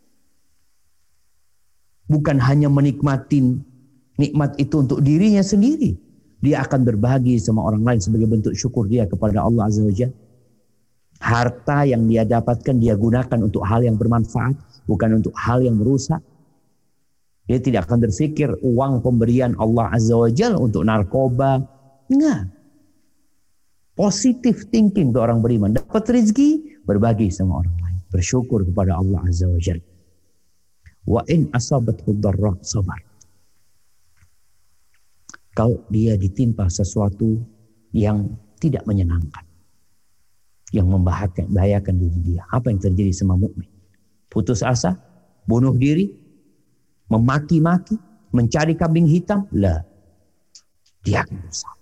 Bukan hanya menikmatin nikmat itu untuk dirinya sendiri. Dia akan berbagi sama orang lain sebagai bentuk syukur dia kepada Allah Azza wa Jalla. Harta yang dia dapatkan dia gunakan untuk hal yang bermanfaat, bukan untuk hal yang merusak. Dia tidak akan berpikir uang pemberian Allah Azza wa Jalla untuk narkoba. Enggak. Positive thinking untuk orang beriman. Dapat rezeki, berbagi sama orang lain. Bersyukur kepada Allah Azza wa Jalla. Wa in asabathu dharra sabar. kalau dia ditimpa sesuatu yang tidak menyenangkan, yang membahayakan diri dia. Apa yang terjadi sama mukmin? Putus asa, bunuh diri, memaki-maki, mencari kambing hitam? Lah, dia akan berusaha.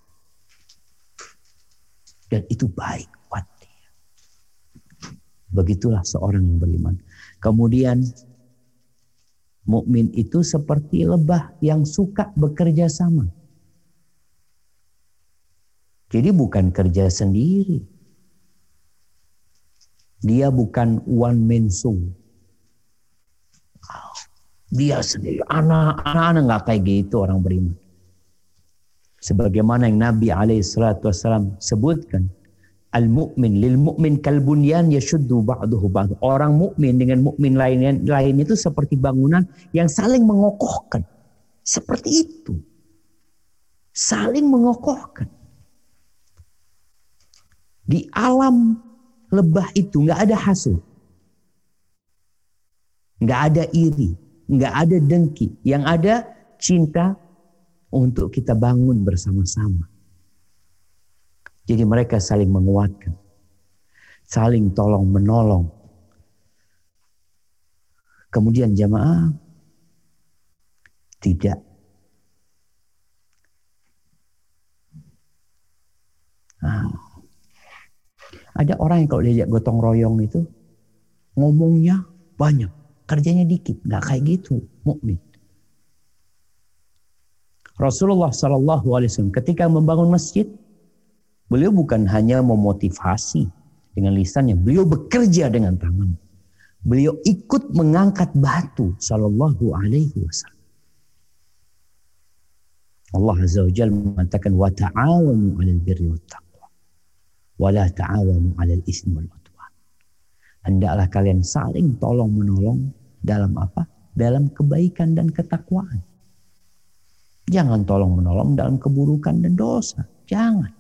Dan itu baik buat dia. Begitulah seorang yang beriman. Kemudian mukmin itu seperti lebah yang suka bekerja sama. Jadi bukan kerja sendiri. Dia bukan one man show. Dia sendiri. Anak-anak nggak kayak gitu orang beriman. Sebagaimana yang Nabi alaihi salatu wasallam sebutkan, al-mu'min lil mu'min kal bunyan yashuddu ba'duhu ba'd. Orang mukmin dengan mukmin lain lain itu seperti bangunan yang saling mengokohkan. Seperti itu. Saling mengokohkan. Di alam lebah itu nggak ada hasud, nggak ada iri, nggak ada dengki. Yang ada cinta untuk kita bangun bersama-sama. Jadi mereka saling menguatkan, saling tolong menolong. Kemudian jamaah tidak ah. Ada orang yang kalau diajak gotong royong itu ngomongnya banyak, kerjanya dikit, nggak kayak gitu mukmin. Rasulullah Shallallahu Alaihi Wasallam ketika membangun masjid, beliau bukan hanya memotivasi dengan lisannya, beliau bekerja dengan tangan. Beliau ikut mengangkat batu. Shallallahu Alaihi Wasallam. Allah Azza wa Jalla mengatakan wa ta'awanu 'alal birri wat taqwa. Wala ta'awanu 'alal ismi wal 'udwan. Hendaklah kalian saling tolong menolong dalam apa? Dalam kebaikan dan ketakwaan. Jangan tolong menolong dalam keburukan dan dosa. Jangan.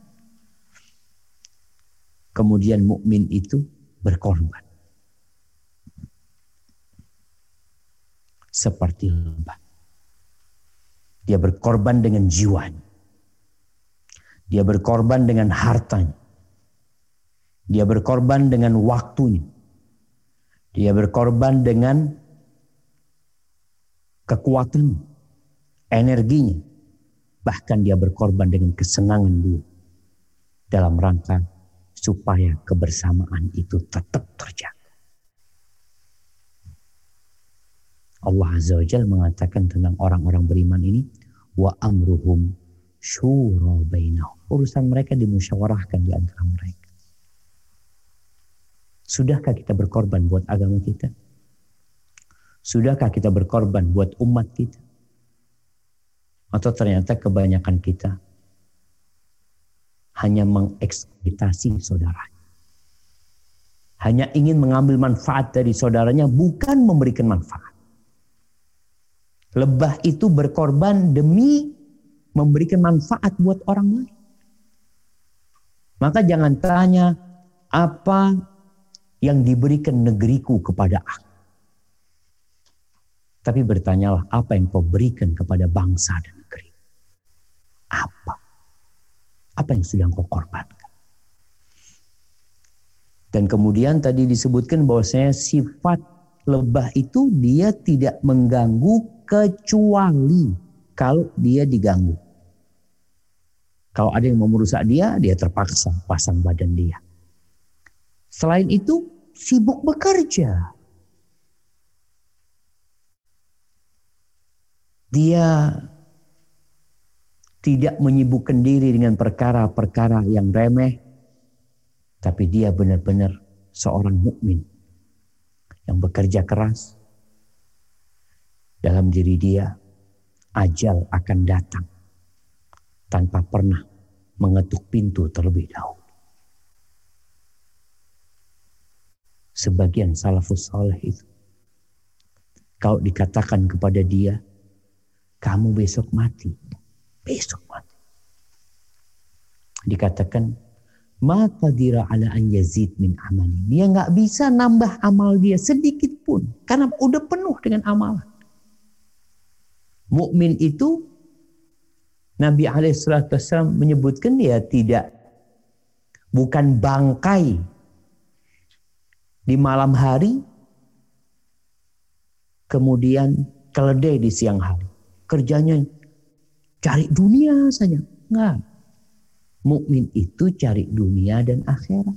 Kemudian mukmin itu berkorban. Seperti lebah. Dia berkorban dengan jiwanya. Dia berkorban dengan hartanya. Dia berkorban dengan waktunya. Dia berkorban dengan kekuatan, energinya. Bahkan dia berkorban dengan kesenangan dia. Dalam rangka supaya kebersamaan itu tetap terjaga. Allah Azza wa Jalla mengatakan tentang orang-orang beriman ini, wa amruhum syura bainahum. Urusan mereka dimusyawarahkan di antara mereka. Sudahkah kita berkorban buat agama kita? Sudahkah kita berkorban buat umat kita? Atau ternyata kebanyakan kita hanya mengeksploitasi saudaranya. Hanya ingin mengambil manfaat dari saudaranya, bukan memberikan manfaat. Lebah itu berkorban demi memberikan manfaat buat orang lain. Maka jangan tanya apa yang diberikan negeriku kepada aku. Tapi bertanyalah apa yang kau berikan kepada bangsa dan negeri. Apa? Apa yang sudah kau korbankan? Dan kemudian tadi disebutkan bahwasanya sifat lebah itu dia tidak mengganggu kecuali kalau dia diganggu. Kalau ada yang mau merusak dia, dia terpaksa pasang badan dia. Selain itu, sibuk bekerja. Dia tidak menyibukkan diri dengan perkara-perkara yang remeh, tapi dia benar-benar seorang mukmin yang bekerja keras. Dalam diri dia, ajal akan datang tanpa pernah mengetuk pintu terlebih dahulu. Sebagian salafus saleh itu, kalau dikatakan kepada dia, kamu besok mati, besok mati, dikatakan ma qadira ala an yazid min amali. Dia nggak bisa nambah amal dia sedikit pun karena udah penuh dengan amalan. Mukmin itu Nabi alaihi salatu wasallam menyebutkan dia tidak, bukan bangkai di malam hari, kemudian keledai di siang hari. Kerjanya cari dunia saja. Enggak. Mukmin itu cari dunia dan akhirat.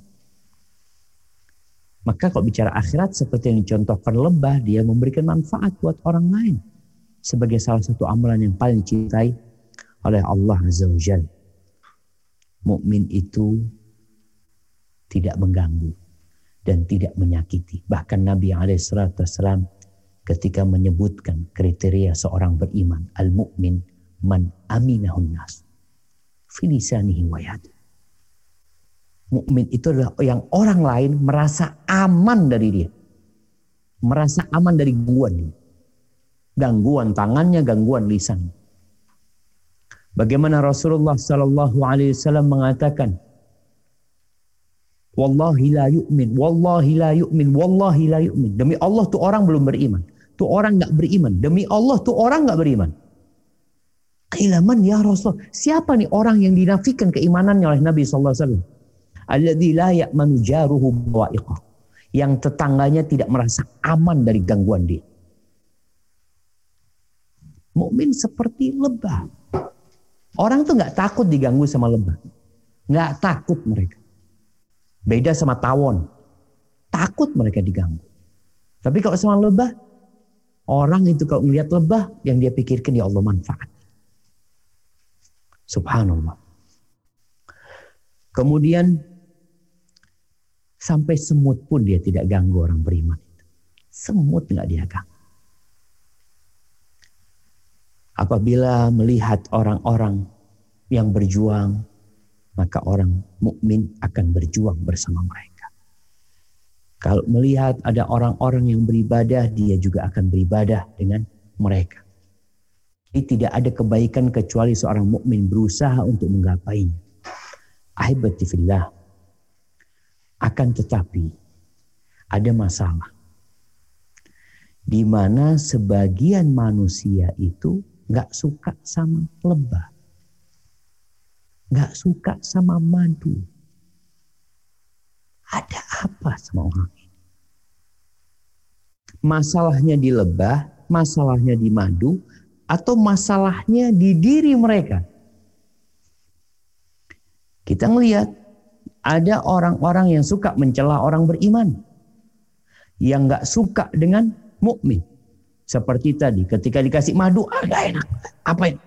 Maka kalau bicara akhirat seperti yang dicontohkan lebah, dia memberikan manfaat buat orang lain. Sebagai salah satu amalan yang paling dicintai oleh Allah Azza wa Jalla. Mukmin itu tidak mengganggu dan tidak menyakiti. Bahkan Nabi alaihi salatu wasallam ketika menyebutkan kriteria seorang beriman, al-mu'min man aminahun nas fi lisanihi wa yadihi. Mukmin itu adalah yang orang lain merasa aman dari dia. Merasa aman dari gangguan dia. Gangguan tangannya, gangguan lisan. Bagaimana Rasulullah sallallahu alaihi wasallam mengatakan, wallahi la yu'min, wallahi la yu'min, wallahi la yu'min. Demi Allah tuh orang belum beriman. Tuh orang gak beriman. Demi Allah tuh orang gak beriman. Qila man ya Rasul. Siapa nih orang yang dinafikan keimanannya oleh Nabi sallallahu alaihi wasallam? Alladzi la ya'manu jaruhu bawa'iqah. Yang tetangganya tidak merasa aman dari gangguan dia. Mukmin seperti lebah. Orang tuh gak takut diganggu sama lebah. Gak takut mereka. Beda sama tawon. Takut mereka diganggu. Tapi kalau sama lebah, orang itu kalau melihat lebah, yang dia pikirkan ya Allah manfaat. Subhanallah. Kemudian sampai semut pun dia tidak ganggu orang beriman. Semut nggak dia ganggu. Apabila melihat orang-orang yang berjuang, maka orang mukmin akan berjuang bersama mereka. Kalau melihat ada orang-orang yang beribadah, dia juga akan beribadah dengan mereka. Jadi tidak ada kebaikan kecuali seorang mukmin berusaha untuk menggapainya. Ahibati fillah. Akan tetapi ada masalah. Di mana sebagian manusia itu nggak suka sama lebah. Nggak suka sama madu. Ada apa sama orang ini? Masalahnya di lebah, masalahnya di madu, atau masalahnya di diri mereka? Kita melihat ada orang-orang yang suka mencela orang beriman, yang nggak suka dengan mukmin. Seperti tadi, ketika dikasih madu, ah nggak enak. Apa ini?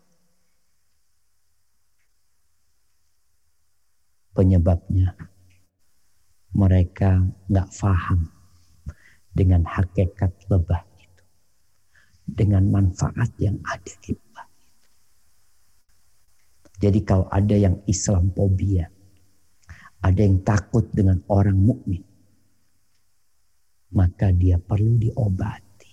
Penyebabnya mereka nggak paham dengan hakikat lebah itu, dengan manfaat yang ada di lebah itu. Jadi kalau ada yang Islamophobia, ada yang takut dengan orang mukmin, maka dia perlu diobati.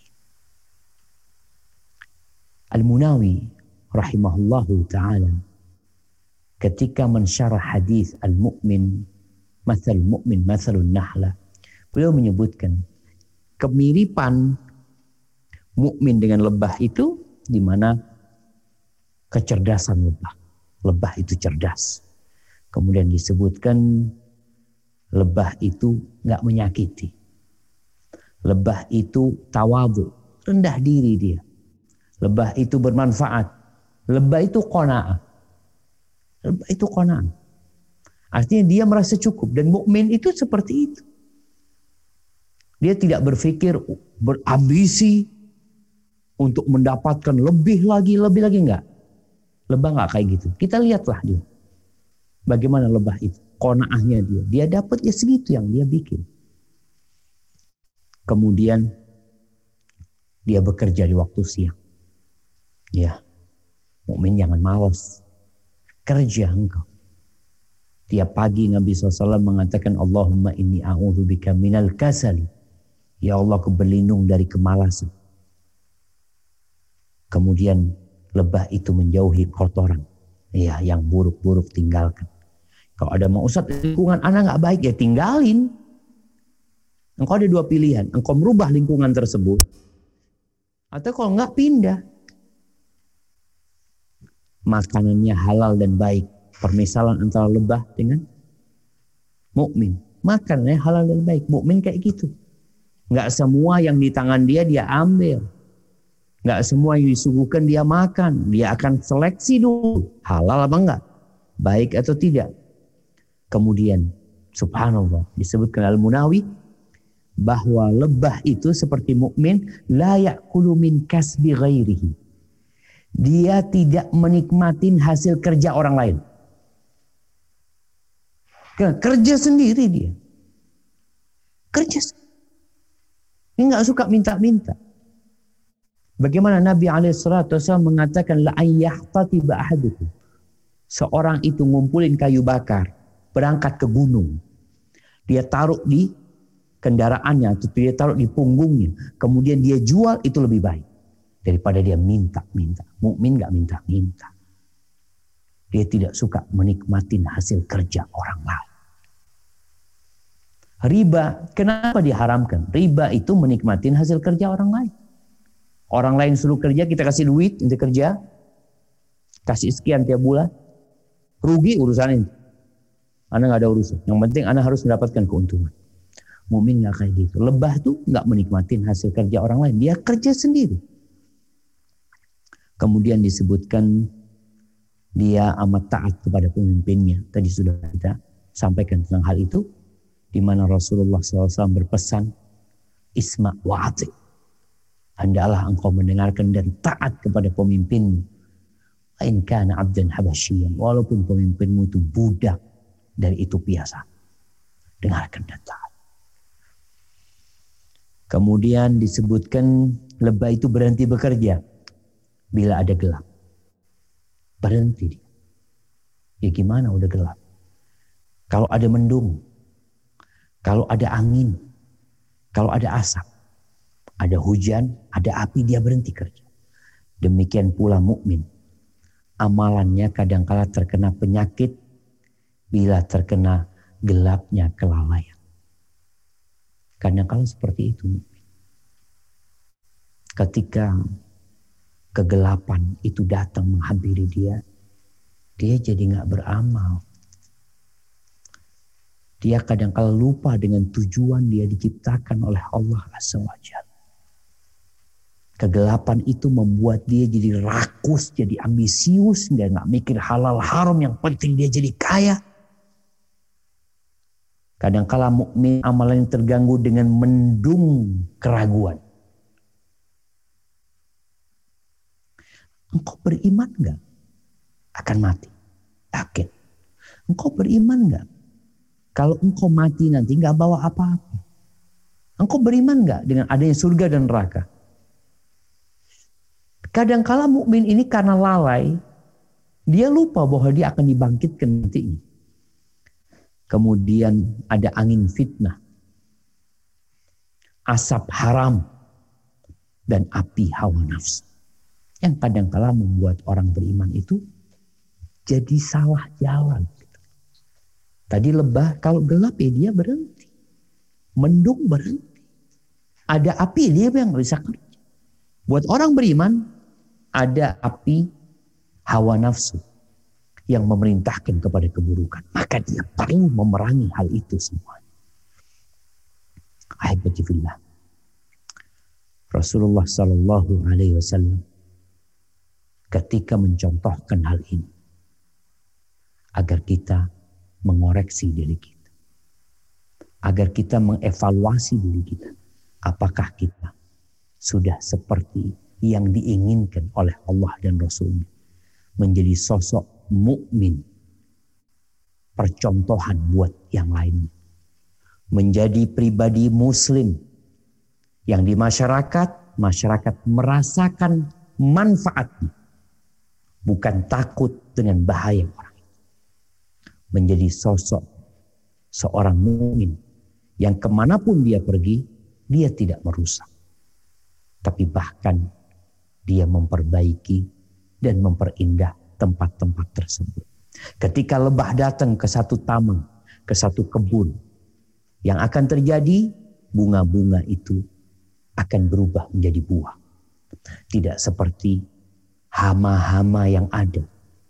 Al-Munawi rahimahullahu ta'ala ketika mensyarah hadis al-mu'min, mathal mu'min, mathalun nahla, beliau menyebutkan kemiripan mukmin dengan lebah itu di mana kecerdasan lebah. Lebah itu cerdas. Kemudian disebutkan lebah itu nggak menyakiti. Lebah itu tawadhu, rendah diri dia. Lebah itu bermanfaat. Lebah itu qanaah. Lebah itu qanaah. Artinya dia merasa cukup, dan mukmin itu seperti itu. Dia tidak berpikir berambisi untuk mendapatkan lebih lagi, lebih lagi enggak. Lebah enggak kayak gitu. Kita lihatlah dia. Bagaimana lebah itu, qanaahnya dia. Dia dapat ya segitu yang dia bikin. Kemudian dia bekerja di waktu siang. Ya, mukmin jangan malas. Kerja engkau. Tiap pagi Nabi shallallahu alaihi wasallam mengatakan, Allahumma inni a'udzubika minal kasali. Ya Allah, aku berlindung dari kemalasan. Kemudian lebah itu menjauhi kotoran. Ya, yang buruk-buruk tinggalkan. Kalau ada mau Ustaz, lingkungan anak nggak baik, ya tinggalin. Engkau ada dua pilihan. Engkau merubah lingkungan tersebut, atau kalau nggak pindah. makanannya halal dan baik. Permisalan antara lebah dengan mukmin. Makanannya halal dan baik. Mukmin kayak gitu. Nggak semua yang di tangan dia dia ambil. Nggak semua yang disuguhkan dia makan. Dia akan seleksi dulu. Halal apa enggak? Baik atau tidak. Kemudian subhanallah disebutkan Al-Munawi bahwa lebah itu seperti mukmin la ya'kulu min kasbi ghairihi. Dia tidak menikmatin hasil kerja orang lain. Kerja sendiri dia. Kerja sendiri. Dia nggak suka minta-minta. Bagaimana Nabi alaihi salatu wasallam mengatakan la ayyahtatiba ahadukum. Seorang itu ngumpulin kayu bakar, berangkat ke gunung. Dia taruh di kendaraannya, atau dia taruh di punggungnya. Kemudian dia jual, itu lebih baik daripada dia minta-minta. Mukmin nggak minta-minta. Dia tidak suka menikmatin hasil kerja orang lain. Riba, kenapa diharamkan? Riba itu menikmatin hasil kerja orang lain. Orang lain suruh kerja, kita kasih duit untuk kerja. Kasih sekian tiap bulan. Rugi urusan ini. Anda nggak ada urusan. Yang penting Anda harus mendapatkan keuntungan. Mukmin nggak kayak gitu. Lebah tuh nggak menikmatin hasil kerja orang lain. Dia kerja sendiri. Kemudian disebutkan dia amat taat kepada pemimpinnya. Tadi sudah kita sampaikan tentang hal itu. Di mana Rasulullah shallallahu alaihi wasallam berpesan, Isma' wa'ati. Hendaklah engkau mendengarkan dan taat kepada pemimpinmu. In kana abdan habasyian. Walaupun pemimpinmu itu budak dari Ethiopia. Dengarkan dan taat. Kemudian disebutkan lebah itu berhenti bekerja bila ada gelap. Berhenti dia. Ya gimana udah gelap? Kalau ada mendung, kalau ada angin, kalau ada asap, ada hujan, ada api, dia berhenti kerja. Demikian pula mukmin. Amalannya kadangkala terkena penyakit bila terkena gelapnya kelalaian. Kadangkala seperti itu. Ketika kegelapan itu datang menghampiri dia, dia jadi nggak beramal. Dia kadangkala lupa dengan tujuan dia diciptakan oleh Allah Azza wa Jalla. Kegelapan itu membuat dia jadi rakus, jadi ambisius, dia nggak mikir halal haram, yang penting dia jadi kaya. Kadangkala mukmin amalan yang terganggu dengan mendung keraguan. Engkau beriman nggak akan mati? Yakin. Engkau beriman nggak kalau engkau mati nanti nggak bawa apa-apa? Engkau beriman nggak dengan adanya surga dan neraka? Kadangkala mukmin ini karena lalai, dia lupa bahwa dia akan dibangkitkan nantinya. Kemudian ada angin fitnah, asap haram, dan api hawa nafsu. Yang kadangkala membuat orang beriman itu jadi salah jalan. Tadi lebah kalau gelap ya dia berhenti. Mendung berhenti. Ada api dia yang bisa kerja. Buat orang beriman ada api hawa nafsu yang memerintahkan kepada keburukan. Maka dia perlu memerangi hal itu semua. Ahibati fillah. Rasulullah sallallahu alaihi wasallam ketika mencontohkan hal ini agar kita mengoreksi diri kita, agar kita mengevaluasi diri kita, apakah kita sudah seperti yang diinginkan oleh Allah dan Rasul-Nya, menjadi sosok mukmin, percontohan buat yang lainnya, menjadi pribadi muslim yang di masyarakat masyarakat merasakan manfaatnya, bukan takut dengan bahaya orang. Menjadi sosok seorang mukmin yang kemanapun dia pergi, dia tidak merusak. Tapi bahkan dia memperbaiki dan memperindah tempat-tempat tersebut. Ketika lebah datang ke satu taman, ke satu kebun, yang akan terjadi, bunga-bunga itu akan berubah menjadi buah. Tidak seperti hama-hama yang ada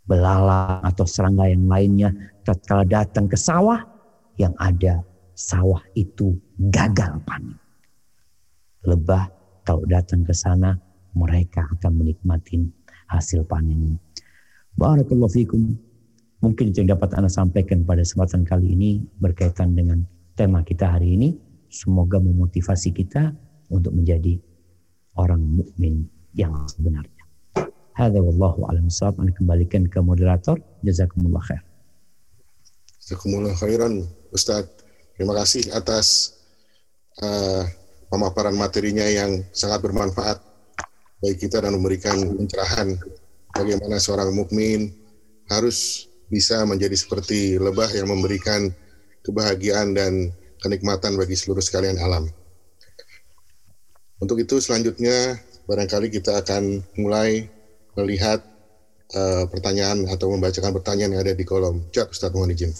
belalang atau serangga yang lainnya tatkala datang ke sawah, yang ada sawah itu gagal panen. Lebah kalau datang ke sana, mereka akan menikmati hasil panennya. Barakallahu fikum. Mungkin itu yang dapat Anda sampaikan pada kesempatan kali ini berkaitan dengan tema kita hari ini. Semoga memotivasi kita untuk menjadi orang mukmin yang sebenarnya. Hadza wallahu a'lam bishawab. Anda kembalikan ke moderator. Jazakumullah khair. Jazakumullah khairan, Ustaz. Terima kasih atas uh, pemaparan materinya yang sangat bermanfaat bagi kita dan memberikan pencerahan bagaimana seorang mukmin harus bisa menjadi seperti lebah yang memberikan kebahagiaan dan kenikmatan bagi seluruh sekalian alam. Untuk itu selanjutnya barangkali kita akan mulai melihat uh, pertanyaan atau membacakan pertanyaan yang ada di kolom chat. Ustaz, mohon izin.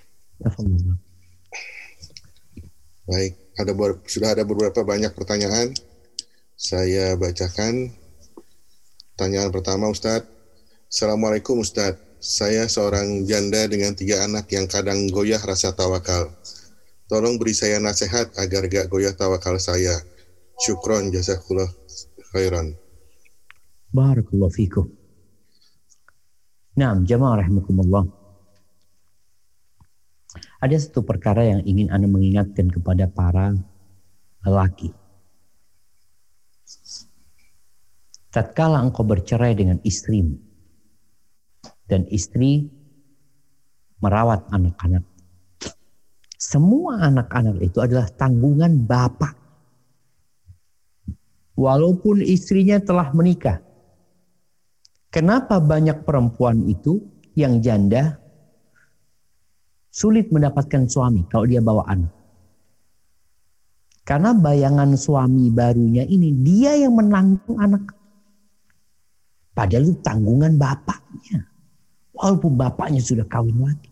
Baik, ada sudah ada beberapa banyak pertanyaan. Saya bacakan. Pertanyaan pertama, Ustaz. Assalamualaikum, Ustaz. Saya seorang janda dengan tiga anak yang kadang goyah rasa tawakal. Tolong beri saya nasihat agar gak goyah tawakal saya. Syukron, jazakallah khairan. Barakallahu fikum. Naam, jamaah rahimakumullah. Ada satu perkara yang ingin Anda mengingatkan kepada para lelaki. Tatkala engkau bercerai dengan istrimu dan istri merawat anak-anak, semua anak-anak itu adalah tanggungan bapak. Walaupun istrinya telah menikah. Kenapa banyak perempuan itu yang janda sulit mendapatkan suami kalau dia bawa anak? Karena bayangan suami barunya ini, dia yang menanggung anak. Padahal itu tanggungan bapaknya. Walaupun bapaknya sudah kawin lagi.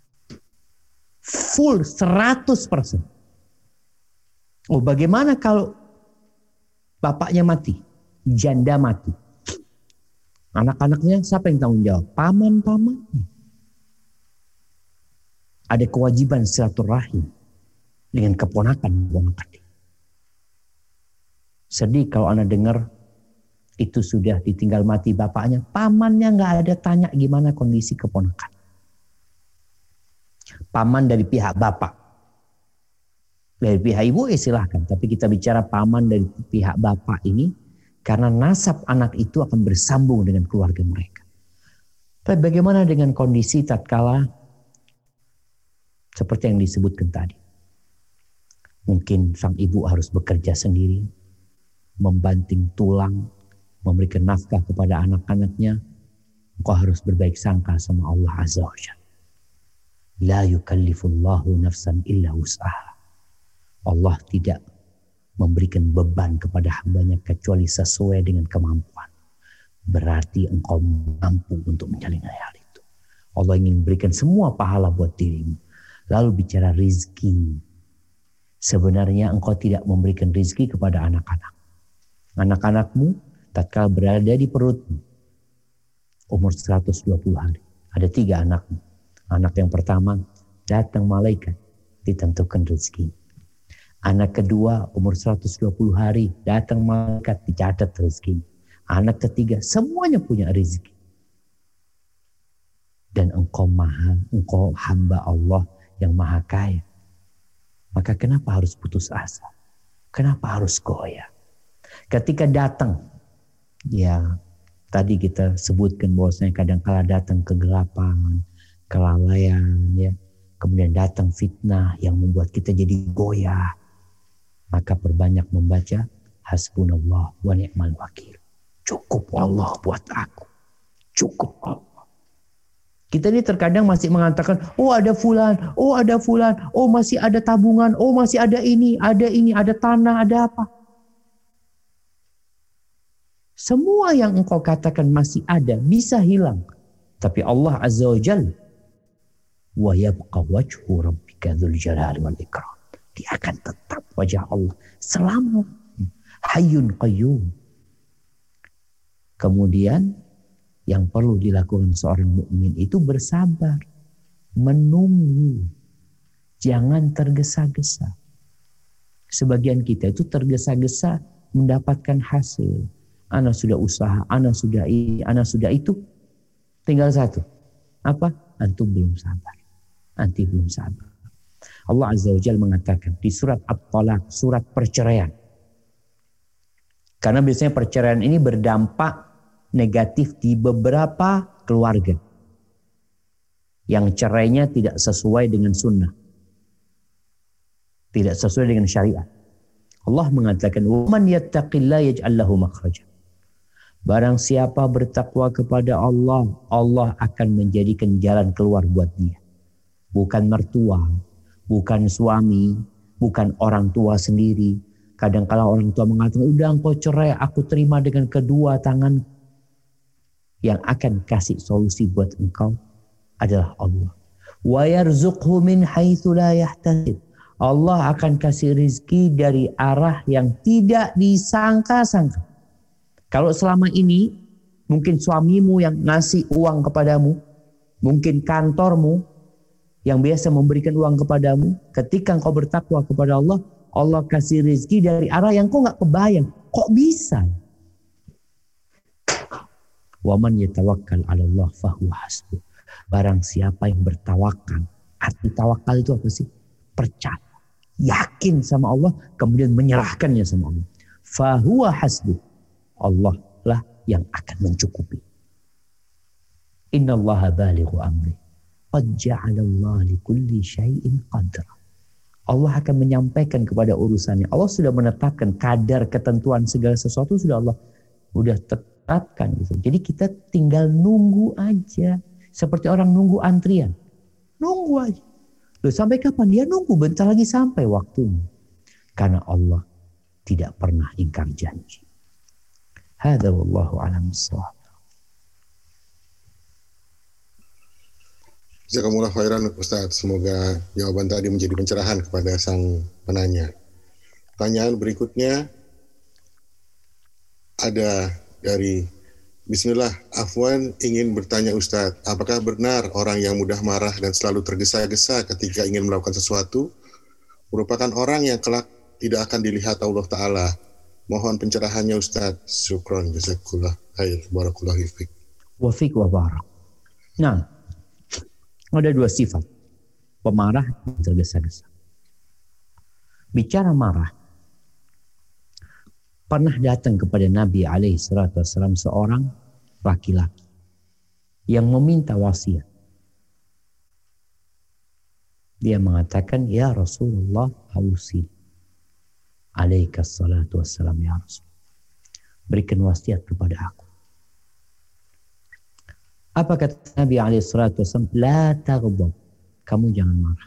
Full seratus persen. Oh, bagaimana kalau bapaknya mati? Janda mati. Anak-anaknya siapa yang tanggung jawab? Paman-pamannya. Ada kewajiban silaturahim dengan keponakan-keponakan. Sedih kalau Anda dengar itu sudah ditinggal mati bapaknya, pamannya nggak ada tanya gimana kondisi keponakan. Paman dari pihak bapak, dari pihak ibu ya silahkan, tapi kita bicara paman dari pihak bapak ini, karena nasab anak itu akan bersambung dengan keluarga mereka. Tapi bagaimana dengan kondisi tatkala seperti yang disebutkan tadi? Mungkin sang ibu harus bekerja sendiri, membanting tulang, memberikan nafkah kepada anak-anaknya. Engkau harus berbaik sangka sama Allah Azza wa Jalla. La yukallifullahu nafsan illa wus'aha. Allah tidak memberikan beban kepada hambanya kecuali sesuai dengan kemampuan. Berarti engkau mampu untuk menjalani hal itu. Allah ingin berikan semua pahala buat dirimu. Lalu bicara rizki. Sebenarnya engkau tidak memberikan rizki kepada anak-anak. Anak-anakmu tatkala berada di perutmu umur seratus dua puluh hari. Ada tiga anakmu. Anak yang pertama datang malaikat ditentukan rezeki. Anak kedua umur seratus dua puluh hari datang malaikat dicatat rezeki. Anak ketiga semuanya punya rezeki. Dan engkau maha, engkau hamba Allah yang maha kaya. Maka kenapa harus putus asa? Kenapa harus goyah? Ketika datang, ya tadi kita sebutkan bahwasanya kadang-kala datang kegelapan, kelalaian, ya, kemudian datang fitnah yang membuat kita jadi goyah. Maka perbanyak membaca hasbunallah wa ni'mal wakil. Cukup Allah buat aku. Cukup Allah. Kita ini terkadang masih mengatakan, oh ada fulan, oh ada fulan, oh masih ada tabungan, oh masih ada ini, ada ini, ada tanah, ada apa. Semua yang engkau katakan masih ada, bisa hilang. Tapi Allah Azza wa Jalla, wa yabqa wajhu rabbika dzul jalali wal ikram. Dia akan tetap wajah Allah selama hayyun qayyum. Kemudian Yang perlu dilakukan seorang mukmin itu bersabar, menunggu, jangan tergesa-gesa. Sebagian kita itu tergesa-gesa mendapatkan hasil. Ana sudah usaha, ana sudah ini, ana sudah itu. Tinggal satu. Apa? Antum belum sabar. Anti belum sabar. Allah Azza wa Jalla mengatakan di surat At-Talaq, surat perceraian. Karena biasanya perceraian ini berdampak negatif di beberapa keluarga. Yang cerainya tidak sesuai dengan sunnah. Tidak sesuai dengan syariat. Allah mengatakan, "Waman yattaqillaha yaj'al lahu makhraja." Barang siapa bertakwa kepada Allah, Allah akan menjadikan jalan keluar buat dia. Bukan mertua, bukan suami, bukan orang tua sendiri. Kadang-kala orang tua mengatakan, "Udah engkau cerai, aku terima dengan kedua tangan." Yang akan kasih solusi buat engkau adalah Allah. Wa yarzuqhu min haitsu la yahtasib. Allah akan kasih rizki dari arah yang tidak disangka-sangka. Kalau selama ini mungkin suamimu yang ngasih uang kepadamu, mungkin kantormu yang biasa memberikan uang kepadamu, ketika engkau bertakwa kepada Allah, Allah kasih rizki dari arah yang kau nggak kebayang. Kok bisa? Waman yatawakkal 'ala Allah fahuwa hasbuh. Barang siapa yang bertawakal, arti tawakal itu apa sih? Percaya. Yakin sama Allah, kemudian menyerahkannya sama Allah. Fahuwa hasbuh. Allah lah yang akan mencukupi. Innallaha balighu amri. Qad ja'alallahu likulli syai'in qadra. Allah akan menyampaikan kepada urusannya. Allah sudah menetapkan kadar ketentuan segala sesuatu, sudah Allah sudah tetapkan gitu. Jadi kita tinggal nunggu aja. Seperti orang nunggu antrian. Nunggu aja. Loh, sampai kapan? Dia nunggu, bentar lagi sampai waktunya. Karena Allah tidak pernah ingkar janji. Hadza wallahu a'lam bissawab. Jazakumullah khairan Ustaz. Semoga jawaban tadi menjadi pencerahan kepada sang penanya. Pertanyaan berikutnya ada dari Bismillah, Afwan ingin bertanya Ustaz, apakah benar orang yang mudah marah dan selalu tergesa-gesa ketika ingin melakukan sesuatu merupakan orang yang kelak tidak akan dilihat Allah Ta'ala? Mohon pencerahannya Ustaz. Syukron, jazakullah khair, barakallahu fiik. Wa fiik wa barak. Nah, ada dua sifat. Pemarah dan tergesa-gesa. Bicara marah. Pernah datang kepada Nabi alaihi salatu wasallam seorang laki-laki yang meminta wasiat. Dia mengatakan, "Ya Rasulullah, ausi." Alaika salatu wassalam ya Rasul. Berikan wasiat kepada aku. Apa kata Nabi alaihi salatu wasallam? La taghdab. Kamu jangan marah.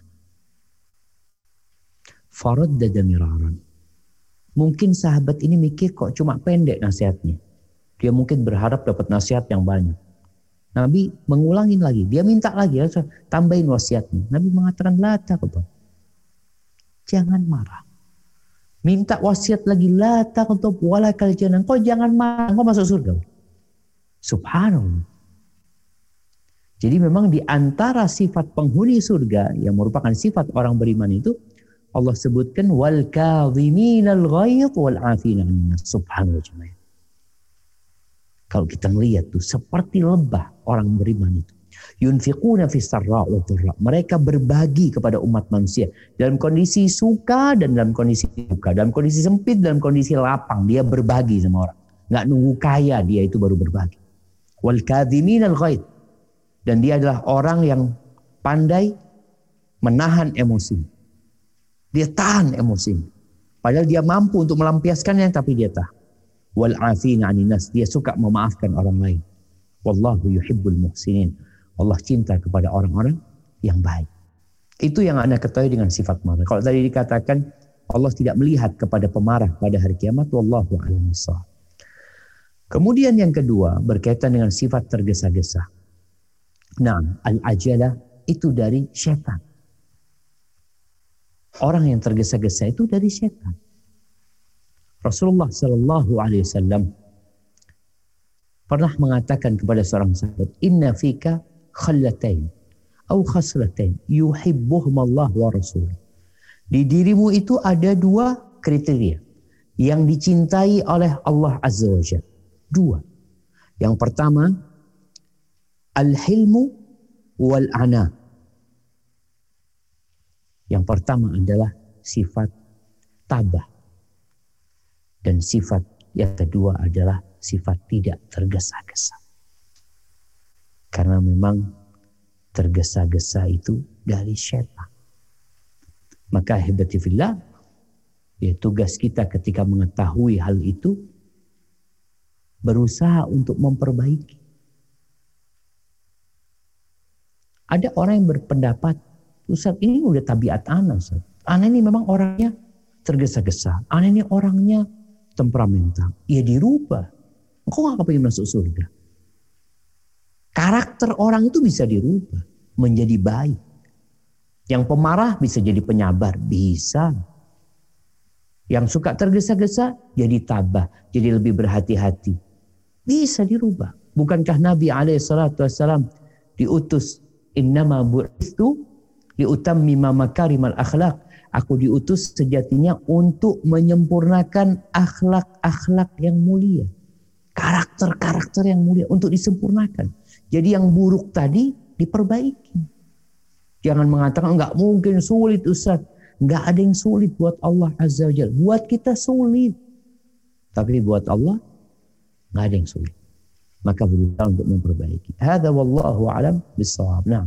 Faraddada miraran. Mungkin sahabat ini mikir kok cuma pendek nasihatnya. Dia mungkin berharap dapat nasihat yang banyak. Nabi mengulangin lagi. Dia minta lagi. Tambahin wasiatnya. Nabi mengatakan, la taghdab. Jangan marah. Minta wasiat lagi. La taghdab walakal jannah. Kau jangan marah. Kau masuk surga. Subhanallah. Jadi memang di antara sifat penghuni surga yang merupakan sifat orang beriman itu, Allah sebutkan wal kadhiminal ghaidh wal 'afina 'anil nas. Subhanallah jemaah. Kalau kita melihat tuh seperti lebah orang beriman itu. Yunfiquna fis sarra' wa dharra. Mereka berbagi kepada umat manusia dalam kondisi suka dan dalam kondisi duka, dalam kondisi sempit, dalam kondisi lapang, dia berbagi sama orang. Enggak nunggu kaya dia itu baru berbagi. Wal kadhiminal ghaidh. Dan dia adalah orang yang pandai menahan emosi. Dia tahan emosi. Padahal dia mampu untuk melampiaskannya, tapi dia tahan. Wal 'afina 'anil nas. Dia suka memaafkan orang lain. Wallahu yuhibbul muhsinin. Allah cinta kepada orang-orang yang baik. Itu yang Anda ketahui dengan sifat marah. Kalau tadi dikatakan Allah tidak melihat kepada pemarah pada hari kiamat, wallahu a'lam bishawab. Kemudian yang kedua berkaitan dengan sifat tergesa-gesa. Nah, al-ajalah itu dari syaitan. Orang yang tergesa-gesa itu dari syaitan. Rasulullah Sallallahu Alaihi Wasallam pernah mengatakan kepada seorang sahabat, inna fika khallatain au khaslatain yuhibbuhum Allah wa rasul. Di dirimu itu ada dua kriteria yang dicintai oleh Allah Azza wa Jalla. Dua. Yang pertama, al-hilmu wal-ana. Yang pertama adalah sifat tabah. Dan sifat yang kedua adalah sifat tidak tergesa-gesa. Karena memang tergesa-gesa itu dari syaitan. Maka hebati fillah, ya tugas kita ketika mengetahui hal itu, berusaha untuk memperbaiki. Ada orang yang berpendapat, Ustaz ini udah tabiat ana, Ustaz. Ana ini memang orangnya tergesa-gesa. Ana ini orangnya temperamental. Ya dirubah. Engkau gak kepingin masuk surga. Karakter orang itu bisa dirubah menjadi baik. Yang pemarah bisa jadi penyabar, bisa. Yang suka tergesa-gesa jadi tabah, jadi lebih berhati-hati. Bisa dirubah. Bukankah Nabi alaihi salatu wassalam diutus, innama bu'ithu liutammima makarimal akhlak. Aku diutus sejatinya untuk menyempurnakan akhlak-akhlak yang mulia. Karakter-karakter yang mulia untuk disempurnakan. Jadi yang buruk tadi diperbaiki. Jangan mengatakan enggak mungkin, sulit Ustaz. Enggak ada yang sulit buat Allah Azza wa Jalla. Buat kita sulit. Tapi buat Allah enggak ada yang sulit. Maka berusaha untuk memperbaiki. Hadza wallahu a'lam bis-shawab. Nah.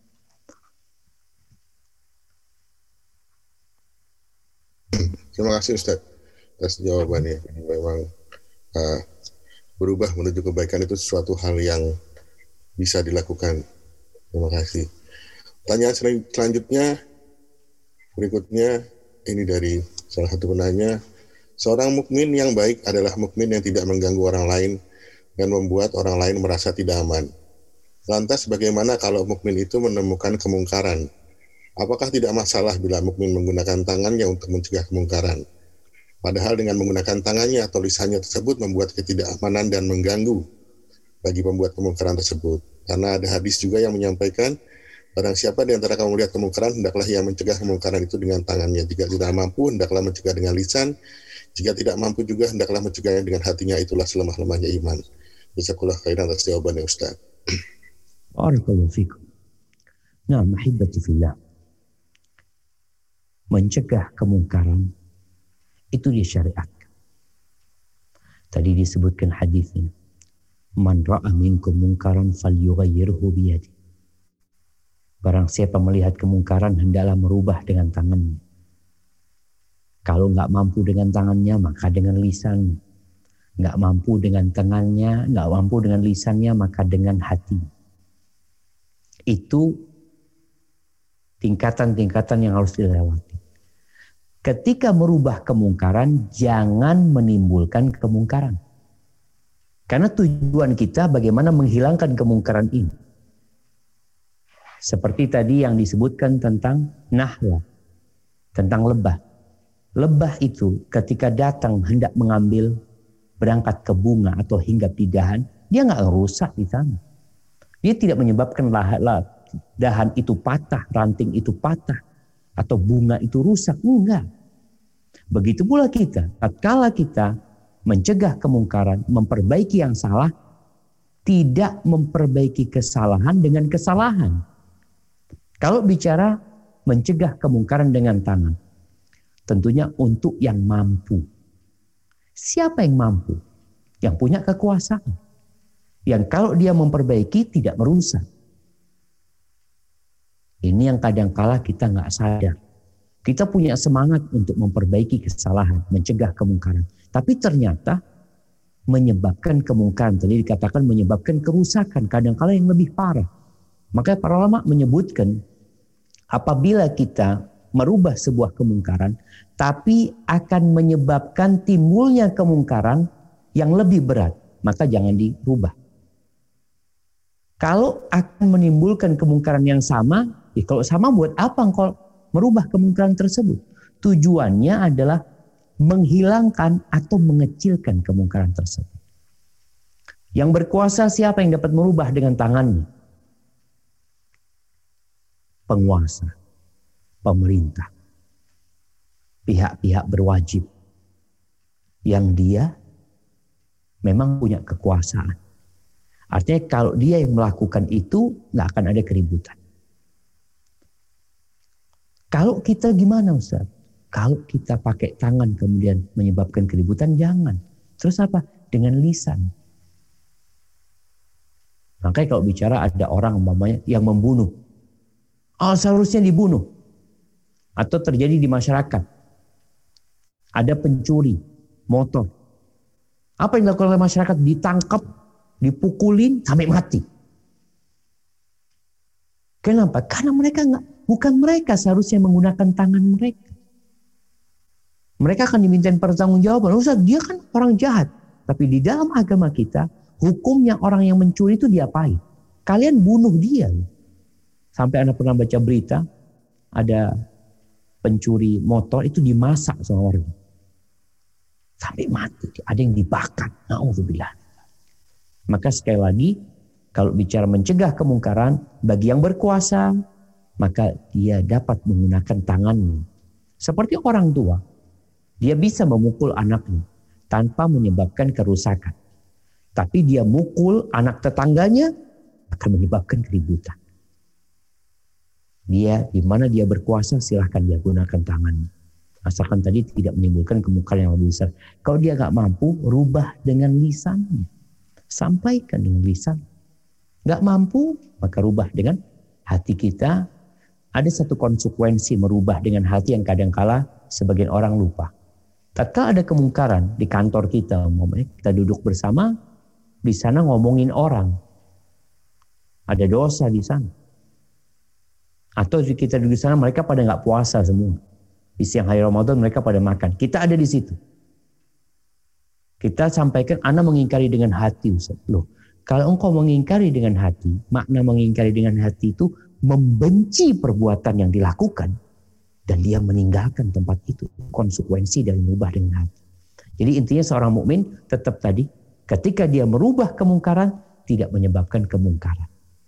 Terima kasih Ustaz atas jawabannya. Memang uh, berubah menuju kebaikan itu sesuatu hal yang bisa dilakukan. Terima kasih. Pertanyaan selanjutnya, berikutnya ini dari salah satu penanya. Seorang mukmin yang baik adalah mukmin yang tidak mengganggu orang lain dan membuat orang lain merasa tidak aman. Lantas bagaimana kalau mukmin itu menemukan kemungkaran? Apakah tidak masalah bila mukmin menggunakan tangannya untuk mencegah kemungkaran? Padahal dengan menggunakan tangannya atau lisannya tersebut membuat ketidakamanan dan mengganggu bagi pembuat kemungkaran tersebut. Karena ada hadis juga yang menyampaikan, barang siapa di antara kamu melihat kemungkaran, hendaklah ia mencegah kemungkaran itu dengan tangannya. Jika tidak mampu, hendaklah mencegah dengan lisan. Jika tidak mampu juga, hendaklah mencegahnya dengan hatinya. Itulah selemah-lemahnya iman. Jazakallah khairan atas jawabannya Ustaz. Barakallahu fikum. Nah, mahibati fillah. Mencegah kemungkaran itu disyariatkan. Tadi disebutkan hadisnya. Man ra'a minkum munkaran falyughayyirhu biyadihi. Barang siapa melihat kemungkaran hendaklah merubah dengan tangannya. Kalau nggak mampu dengan tangannya maka dengan lisannya. Nggak mampu dengan tangannya, nggak mampu dengan lisannya maka dengan hati. Itu tingkatan-tingkatan yang harus dilewati. Ketika merubah kemungkaran, jangan menimbulkan kemungkaran. Karena tujuan kita bagaimana menghilangkan kemungkaran ini. Seperti tadi yang disebutkan tentang nahla, tentang lebah. Lebah itu ketika datang hendak mengambil, berangkat ke bunga atau hinggap di dahan, dia nggak rusak di sana. Dia tidak menyebabkan dahan itu patah, ranting itu patah, atau bunga itu rusak. Enggak. Begitu pula kita, tatkala kita mencegah kemungkaran, memperbaiki yang salah, tidak memperbaiki kesalahan dengan kesalahan. Kalau bicara mencegah kemungkaran dengan tangan, tentunya untuk yang mampu. Siapa yang mampu? Yang punya kekuasaan. Yang kalau dia memperbaiki tidak merusak. Ini yang kadang-kala kita nggak sadar. Kita punya semangat untuk memperbaiki kesalahan, mencegah kemungkaran. Tapi ternyata menyebabkan kemungkaran. Tadi dikatakan menyebabkan kerusakan, kadang-kala yang lebih parah. Maka para ulama menyebutkan apabila kita merubah sebuah kemungkaran, tapi akan menyebabkan timbulnya kemungkaran yang lebih berat, maka jangan dirubah. Kalau akan menimbulkan kemungkaran yang sama, ya kalau sama buat apa engkau merubah kemungkaran tersebut? Tujuannya adalah menghilangkan atau mengecilkan kemungkaran tersebut. Yang berkuasa siapa yang dapat merubah dengan tangannya? Penguasa, pemerintah, pihak-pihak berwajib yang dia memang punya kekuasaan. Artinya kalau dia yang melakukan itu nggak akan ada keributan. Kalau kita gimana Ustaz? Kalau kita pakai tangan kemudian menyebabkan keributan, jangan. Terus apa? Dengan lisan. Makanya kalau bicara ada orang umpamanya yang membunuh, oh seharusnya dibunuh. Atau terjadi di masyarakat, ada pencuri motor. Apa yang dilakukan oleh masyarakat? Ditangkap, dipukulin sampai mati. Kenapa? Karena mereka nggak, bukan mereka seharusnya menggunakan tangan mereka. Mereka akan diminta pertanggungjawaban. Ustaz, dia kan orang jahat. Tapi di dalam agama kita, hukumnya orang yang mencuri itu diapain? Kalian bunuh dia. Sampai Anda pernah baca berita, ada pencuri motor itu dimasak sama warga. Sampai mati. Ada yang dibakar. Na'udzubillah. Maka sekali lagi, kalau bicara mencegah kemungkaran, bagi yang berkuasa, maka dia dapat menggunakan tangannya. Seperti orang tua. Dia bisa memukul anaknya tanpa menyebabkan kerusakan. Tapi dia mukul anak tetangganya akan menyebabkan keributan. Dia di mana dia berkuasa silahkan dia gunakan tangannya. Asalkan tadi tidak menimbulkan kemungkaran yang lebih besar. Kalau dia nggak mampu, rubah dengan lisannya. Sampaikan dengan lisan. Nggak mampu, maka rubah dengan hati kita. Ada satu konsekuensi merubah dengan hati yang kadangkala sebagian orang lupa. Tatkala ada kemungkaran di kantor kita, kita duduk bersama, di sana ngomongin orang. Ada dosa di sana. Atau kita duduk di sana, mereka pada nggak puasa semua. Di siang hari Ramadan mereka pada makan. Kita ada di situ. Kita sampaikan, Anda mengingkari dengan hati, Ustaz. Loh, kalau engkau mengingkari dengan hati, makna mengingkari dengan hati itu membenci perbuatan yang dilakukan. Dan dia meninggalkan tempat itu. Konsekuensi dari merubah dengan hati. Jadi intinya seorang mukmin tetap tadi, ketika dia merubah kemungkaran, tidak menyebabkan kemungkaran.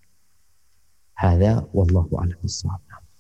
Hadza wallahu a'lam bishawab.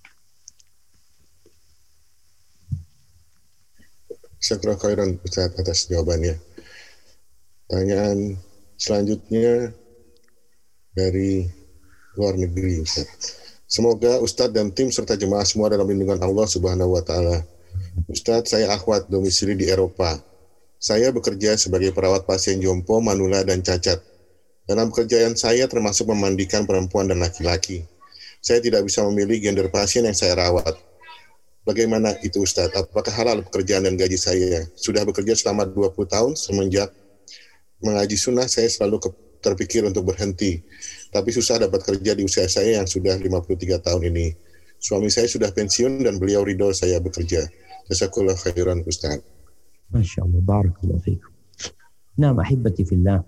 Syukur khairan Ustaz atas jawabannya. Pertanyaan selanjutnya dari luar negeri Ustaz. Semoga Ustadz dan tim serta jemaah semua dalam lindungan Allah Subhanahu wa Ta'ala. Ustadz, saya akhwat domisili di Eropa. Saya bekerja sebagai perawat pasien jompo, manula, dan cacat. Dalam pekerjaan saya termasuk memandikan perempuan dan laki-laki. Saya tidak bisa memilih gender pasien yang saya rawat. Bagaimana itu Ustadz? Apakah halal pekerjaan dan gaji saya? Sudah bekerja selama dua puluh tahun, semenjak mengaji sunnah saya selalu terpikir untuk berhenti. Tapi susah dapat kerja di usia saya yang sudah lima puluh tiga tahun ini. Suami saya sudah pensiun dan beliau ridho saya bekerja. Jazakallahu khairan Ustaz. Masya Allah, barakallahu fikum. Nah, ahibati fillah.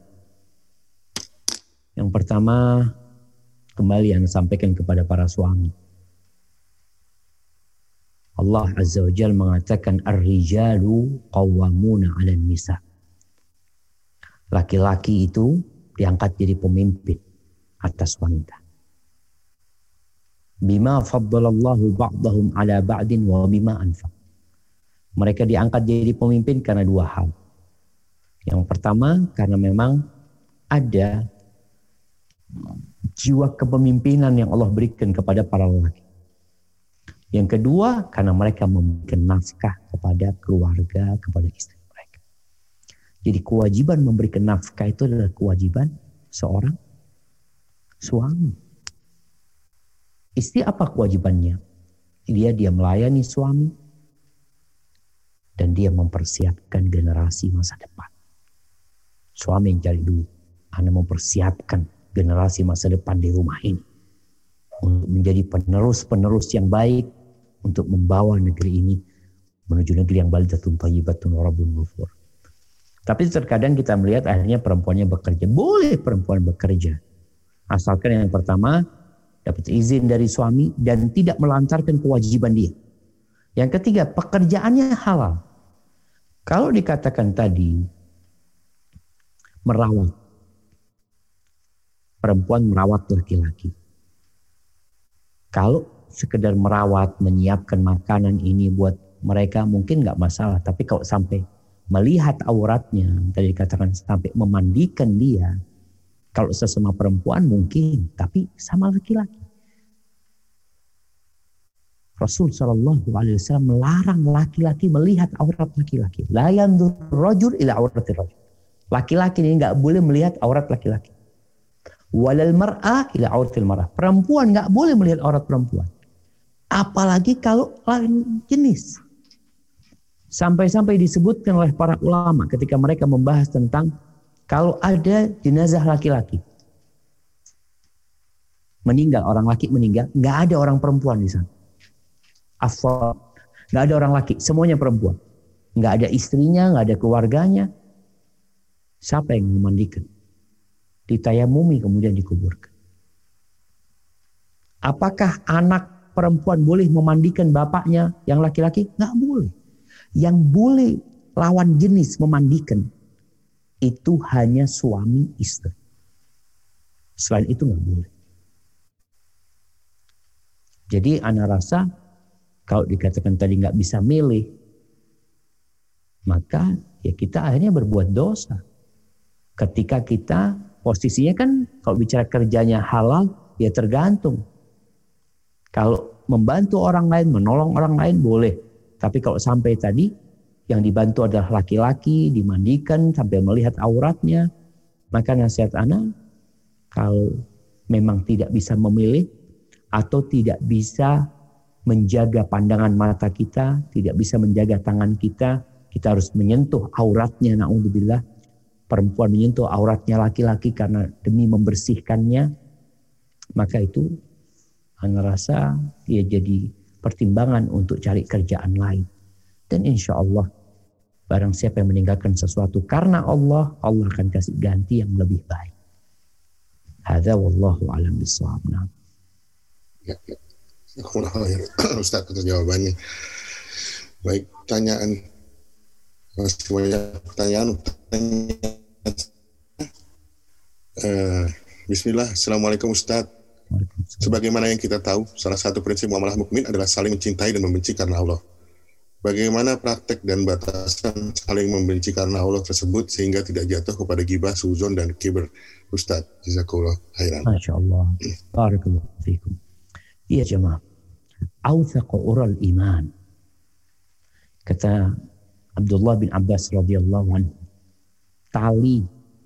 Yang pertama, kembali yang sampaikan kepada para suami. Allah Azza wa Jalla mengatakan ar-rijalu qawwamuna 'alan nisa. Laki-laki itu diangkat jadi pemimpin atas wanita. Bima faddalallahu ba'dahum ala ba'din wa bima anfaq. Mereka diangkat jadi pemimpin karena dua hal. Yang pertama karena memang ada jiwa kepemimpinan yang Allah berikan kepada para lelaki. Yang kedua karena mereka memberikan nafkah kepada keluarga, kepada istri mereka. Jadi kewajiban memberikan nafkah itu adalah kewajiban seorang suami. Istri apa kewajibannya? Dia dia melayani suami dan dia mempersiapkan generasi masa depan. Suami yang cari duit, Anda mempersiapkan generasi masa depan di rumah ini untuk menjadi penerus-penerus yang baik untuk membawa negeri ini menuju negeri yang baldatun thayyibatun wa rabbun ghafur. Tapi terkadang kita melihat akhirnya perempuannya bekerja. Boleh perempuan bekerja. Asalkan yang pertama dapat izin dari suami dan tidak melantarkan kewajiban dia. Yang ketiga, pekerjaannya halal. Kalau dikatakan tadi merawat, perempuan merawat laki-laki. Kalau sekedar merawat, menyiapkan makanan ini buat mereka mungkin nggak masalah. Tapi kalau sampai melihat auratnya, tadi dikatakan sampai memandikan dia, kalau sesama perempuan mungkin, tapi sama laki-laki. Rasul Shallallahu Alaihi Wasallam melarang laki-laki melihat aurat laki-laki. La yandur rajul ila auratir rajul. Laki-laki ini nggak boleh melihat aurat laki-laki. Walal mar'ah ila auratil mar'ah. Perempuan nggak boleh melihat aurat perempuan. Apalagi kalau lain jenis. Sampai-sampai disebutkan oleh para ulama ketika mereka membahas tentang kalau ada jenazah laki-laki meninggal, orang laki meninggal, nggak ada orang perempuan di sana. Afal, nggak ada orang laki, semuanya perempuan. Nggak ada istrinya, nggak ada keluarganya. Siapa yang memandikan? Ditayamumi kemudian dikuburkan. Apakah anak perempuan boleh memandikan bapaknya yang laki-laki? Nggak boleh. Yang boleh lawan jenis memandikan itu hanya suami istri. Selain itu nggak boleh. Jadi ana rasa kalau dikatakan tadi nggak bisa milih, maka ya kita akhirnya berbuat dosa. Ketika kita posisinya kan kalau bicara kerjanya halal, ya tergantung. Kalau membantu orang lain, menolong orang lain boleh. Tapi kalau sampai tadi yang dibantu adalah laki-laki, dimandikan sampai melihat auratnya, maka nasihat ana kalau memang tidak bisa memilih atau tidak bisa menjaga pandangan mata kita, tidak bisa menjaga tangan kita, kita harus menyentuh auratnya, na'udzubillah. Perempuan menyentuh auratnya laki-laki karena demi membersihkannya, maka itu ana rasa ya jadi pertimbangan untuk cari kerjaan lain. Dan insya Allah barang siapa yang meninggalkan sesuatu karena Allah, Allah akan kasih ganti yang lebih baik. Hadza wallahu a'lam bishawab. Ya, ya. Ustaz atas jawabannya. Baik, pertanyaan masih banyak pertanyaan. pertanyaan. Uh, Bismillah, Assalamualaikum Ustaz. Sebagaimana yang kita tahu, salah satu prinsip muamalah mukmin adalah saling mencintai dan membenci karena Allah. Bagaimana praktek dan batasan saling membenci karena Allah tersebut sehingga tidak jatuh kepada ghibah, suzon, dan kibr? Ustaz, jazakallah khairan. Masya Allah. Barakallahu fiikum. Iya jemaah. Awthaqu ural iman. Kata Abdullah bin Abbas radhiyallahu anhu, tali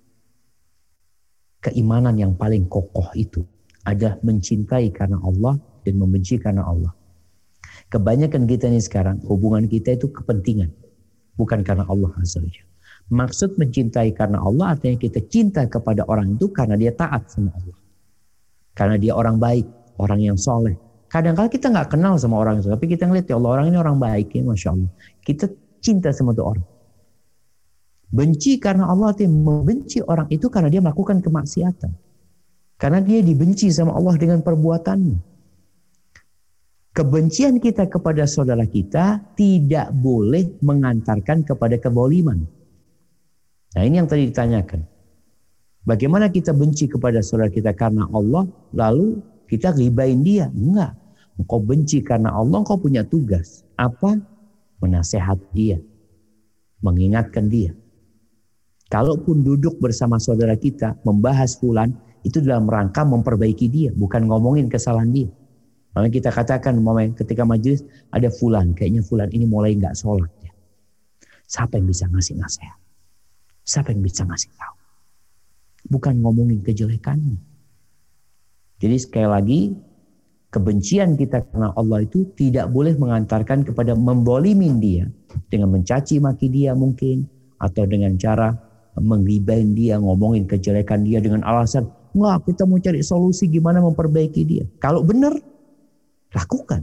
keimanan yang paling kokoh itu adalah mencintai karena Allah dan membenci karena Allah. Kebanyakan kita ini sekarang hubungan kita itu kepentingan, bukan karena Allah azza wa jalla. Maksud mencintai karena Allah artinya kita cinta kepada orang itu karena dia taat sama Allah, karena dia orang baik, orang yang soleh. Kadang-kadang kita nggak kenal sama orang itu, tapi kita ngeliat ya Allah orang ini orang baik ya, masya Allah. Kita cinta sama tuh orang. Benci karena Allah artinya membenci orang itu karena dia melakukan kemaksiatan. Karena dia dibenci sama Allah dengan perbuatannya. Kebencian kita kepada saudara kita tidak boleh mengantarkan kepada kezaliman. Nah ini yang tadi ditanyakan. Bagaimana kita benci kepada saudara kita karena Allah, lalu kita ghibain dia? Enggak. Engkau benci karena Allah, engkau punya tugas. Apa? Menasehati dia. Mengingatkan dia. Kalaupun duduk bersama saudara kita, membahas fulan, itu dalam rangka memperbaiki dia, bukan ngomongin kesalahan dia. Lalu kita katakan ketika majelis, ada fulan, kayaknya fulan ini mulai nggak sholat. Ya. Siapa yang bisa ngasih nasihat? Siapa yang bisa ngasih tahu? Bukan ngomongin kejelekannya. Jadi sekali lagi, kebencian kita karena Allah itu tidak boleh mengantarkan kepada membolimin dia, dengan mencaci maki dia mungkin, atau dengan cara menggibain dia, ngomongin kejelekan dia dengan alasan, enggak, kita mau cari solusi gimana memperbaiki dia. Kalau benar, lakukan.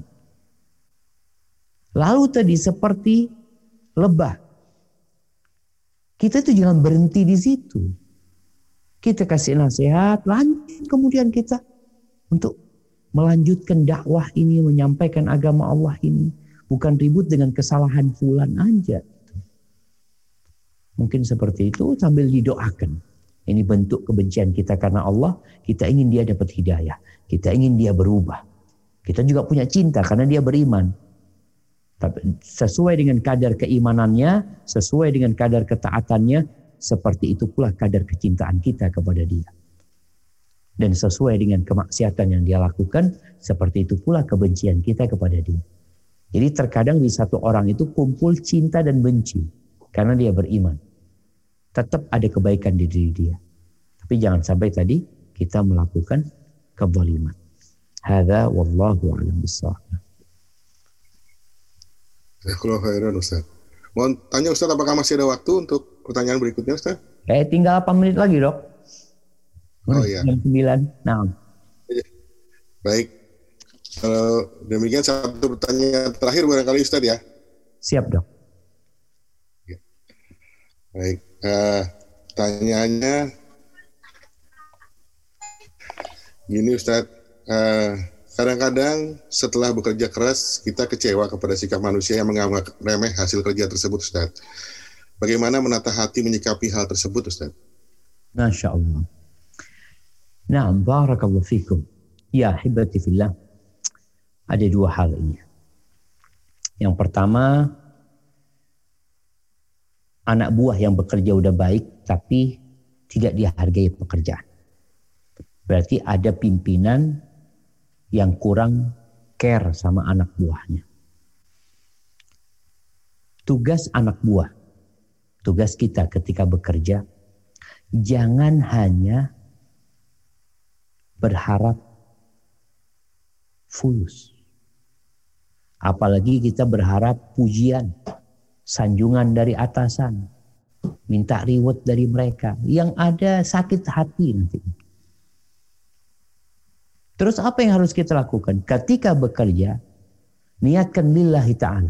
Lalu tadi seperti lebah. Kita itu jangan berhenti di situ. Kita kasih nasihat, lanjut kemudian kita untuk melanjutkan dakwah ini, menyampaikan agama Allah ini. Bukan ribut dengan kesalahan fulan aja. Mungkin seperti itu sambil didoakan. Ini bentuk kebencian kita karena Allah. Kita ingin dia dapat hidayah. Kita ingin dia berubah. Kita juga punya cinta karena dia beriman. Tapi sesuai dengan kadar keimanannya, sesuai dengan kadar ketaatannya, seperti itu pula kadar kecintaan kita kepada dia. Dan sesuai dengan kemaksiatan yang dia lakukan, seperti itu pula kebencian kita kepada dia. Jadi terkadang di satu orang itu kumpul cinta dan benci karena dia beriman. Tetap ada kebaikan di diri dia. Tapi jangan sampai tadi kita melakukan kezaliman. Hadza wallahu a'lam bissawab. Jazakallahu khairan Ustaz. Mohon tanya Ustaz, apakah masih ada waktu untuk pertanyaan berikutnya Ustaz? Eh tinggal delapan menit lagi, Dok. Oh iya. Jam sembilan. Nah. Baik. Kalau demikian satu pertanyaan terakhir barangkali Ustaz ya. Siap, Dok. Baik. Uh, tanyaannya gini Ustaz, uh, kadang-kadang setelah bekerja keras kita kecewa kepada sikap manusia yang menganggap remeh hasil kerja tersebut Ustaz. Bagaimana menata hati menyikapi hal tersebut Ustaz? Masya Allah. Na'am, barakallahu fikum. Ya hibati fillah. Ada dua hal ini. Yang pertama, anak buah yang bekerja udah baik tapi tidak dihargai pekerjaan. Berarti ada pimpinan yang kurang care sama anak buahnya. Tugas anak buah, tugas kita ketika bekerja, jangan hanya berharap fulus. Apalagi kita berharap pujian, sanjungan dari atasan, minta reward dari mereka, yang ada sakit hati nanti. Terus apa yang harus kita lakukan? Ketika bekerja, niatkan lillahi ta'ala.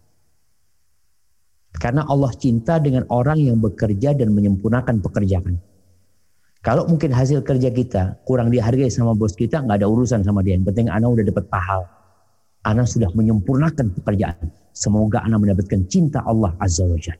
Karena Allah cinta dengan orang yang bekerja dan menyempurnakan pekerjaan. Kalau mungkin hasil kerja kita kurang dihargai sama bos kita, nggak ada urusan sama dia. Yang penting anak udah dapat pahala. Anak sudah menyempurnakan pekerjaan. Semoga anak mendapatkan cinta Allah Azza wa Jalla.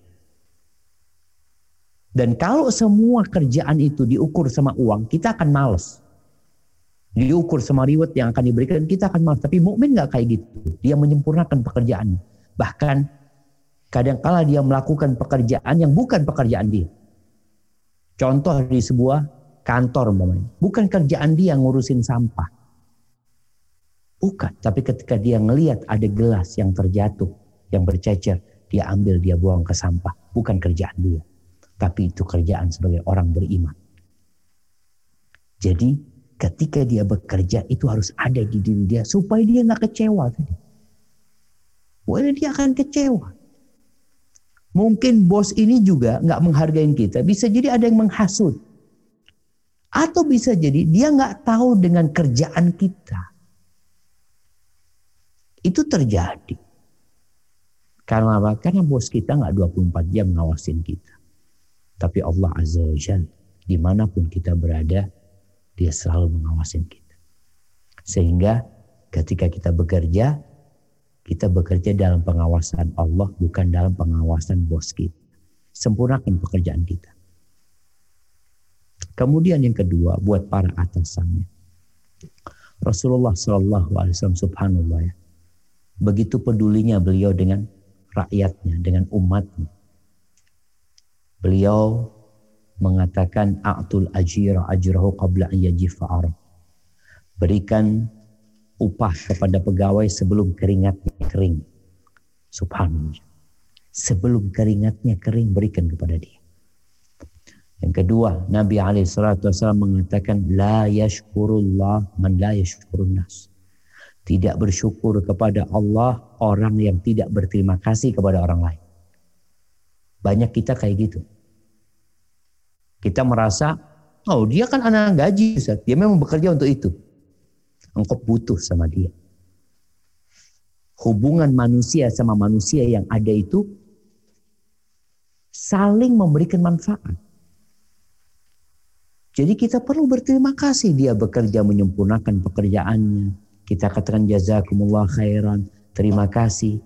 Dan kalau semua kerjaan itu diukur sama uang, kita akan malas. Diukur sama reward yang akan diberikan, kita akan malas. Tapi mukmin nggak kayak gitu. Dia menyempurnakan pekerjaannya. Bahkan kadang-kala dia melakukan pekerjaan yang bukan pekerjaan dia. Contoh di sebuah kantor, umpamanya. Bukan kerjaan dia ngurusin sampah. Bukan, tapi ketika dia ngelihat ada gelas yang terjatuh, yang bercecer, dia ambil, dia buang ke sampah. Bukan kerjaan dia. Tapi itu kerjaan sebagai orang beriman. Jadi ketika dia bekerja itu harus ada di diri dia supaya dia nggak kecewa tadi. Wah, dia akan kecewa. Mungkin bos ini juga nggak menghargai kita. Bisa jadi ada yang menghasut. Atau bisa jadi dia nggak tahu dengan kerjaan kita. Itu terjadi. Karena apa? Karena bos kita nggak dua puluh empat jam ngawasin kita. Tapi Allah Azza wa Jalla, dimanapun kita berada, dia selalu mengawasin kita. Sehingga ketika kita bekerja, kita bekerja dalam pengawasan Allah, bukan dalam pengawasan bos kita. Sempurnakan pekerjaan kita. Kemudian yang kedua, buat para atasannya. Rasulullah Shallallahu Alaihi Wasallam, subhanallah ya, begitu pedulinya beliau dengan rakyatnya, dengan umatnya. Beliau mengatakan, a'tul ajira ajrahu qabla an yajifa araq. Berikan upah kepada pegawai sebelum keringatnya kering. Subhanallah. Sebelum keringatnya kering, berikan kepada dia. Yang kedua, Nabi alaihi salatu wasallam mengatakan, la yashkurullah man la yashkurun nas. Tidak bersyukur kepada Allah orang yang tidak berterima kasih kepada orang lain. Banyak kita kayak gitu. Kita merasa, oh dia kan anak gaji, Ustaz. Dia memang bekerja untuk itu. Engkau butuh sama dia. Hubungan manusia sama manusia yang ada itu saling memberikan manfaat. Jadi kita perlu berterima kasih dia bekerja menyempurnakan pekerjaannya. Kita katakan jazakumullah khairan, terima kasih.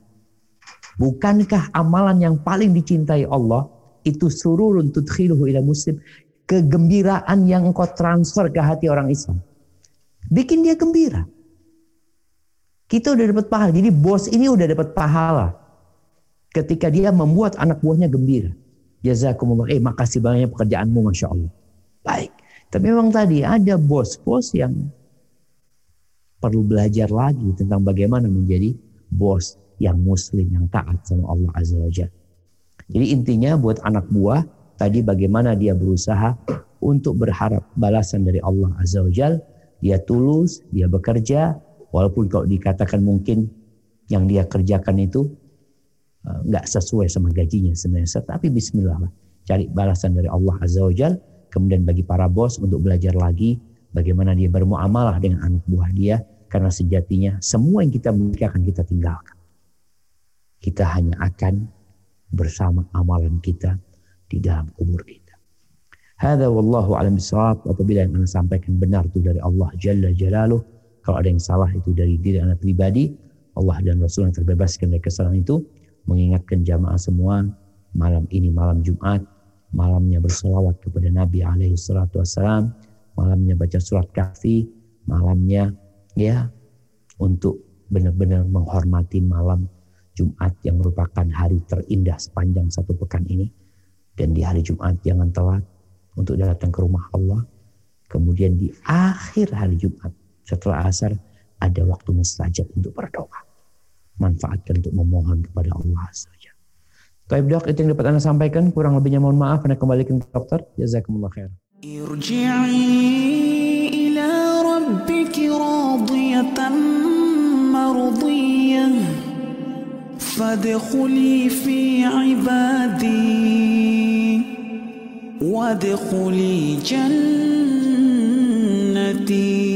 Bukankah amalan yang paling dicintai Allah itu sururun tudkhiluhu ila muslim, kegembiraan yang engkau transfer ke hati orang Islam. Bikin dia gembira. Kita udah dapat pahala. Jadi bos ini udah dapat pahala ketika dia membuat anak buahnya gembira. Jazakumullah. Eh makasih banyak pekerjaanmu, Masya Allah. Baik. Tapi memang tadi ada bos-bos yang perlu belajar lagi tentang bagaimana menjadi bos yang muslim, yang taat sama Allah Azza wa Jalla. Jadi intinya buat anak buah, tadi bagaimana dia berusaha untuk berharap balasan dari Allah Azza wa Jalla. Dia tulus, dia bekerja, walaupun kalau dikatakan mungkin yang dia kerjakan itu nggak uh, sesuai sama gajinya sebenarnya. Tapi bismillah lah, cari balasan dari Allah Azza wa Jalla. Kemudian bagi para bos untuk belajar lagi bagaimana dia bermuamalah dengan anak buah dia, karena sejatinya semua yang kita miliki akan kita tinggalkan. Kita hanya akan bersama amalan kita di dalam kubur kita. Hadza wallahu a'lam bishawab. Apabila yang anda sampaikan benar itu dari Allah Jalla Jalaluh, kalau ada yang salah itu dari diri anda pribadi, Allah dan Rasul yang terbebaskan dari kesalahan itu. Mengingatkan jamaah semua, malam ini malam Jumat, malamnya berselawat kepada Nabi alaihi salatu wassalam, malamnya baca surat Kahfi, malamnya ya untuk benar-benar menghormati malam Jumat yang merupakan hari terindah sepanjang satu pekan ini. Dan di hari Jumat jangan telat untuk datang ke rumah Allah. Kemudian di akhir hari Jumat setelah asar ada waktu mustajab untuk berdoa. Manfaatkan untuk memohon kepada Allah saja. Baik dok, itu yang dapat anda sampaikan. Kurang lebihnya mohon maaf. Anda kembalikan ke dokter. Jazakumullah khair. Irji'i ila rabbiki radiyatan mardiyah. Fadkhuli fi ibadi. Wadkhuli jannati.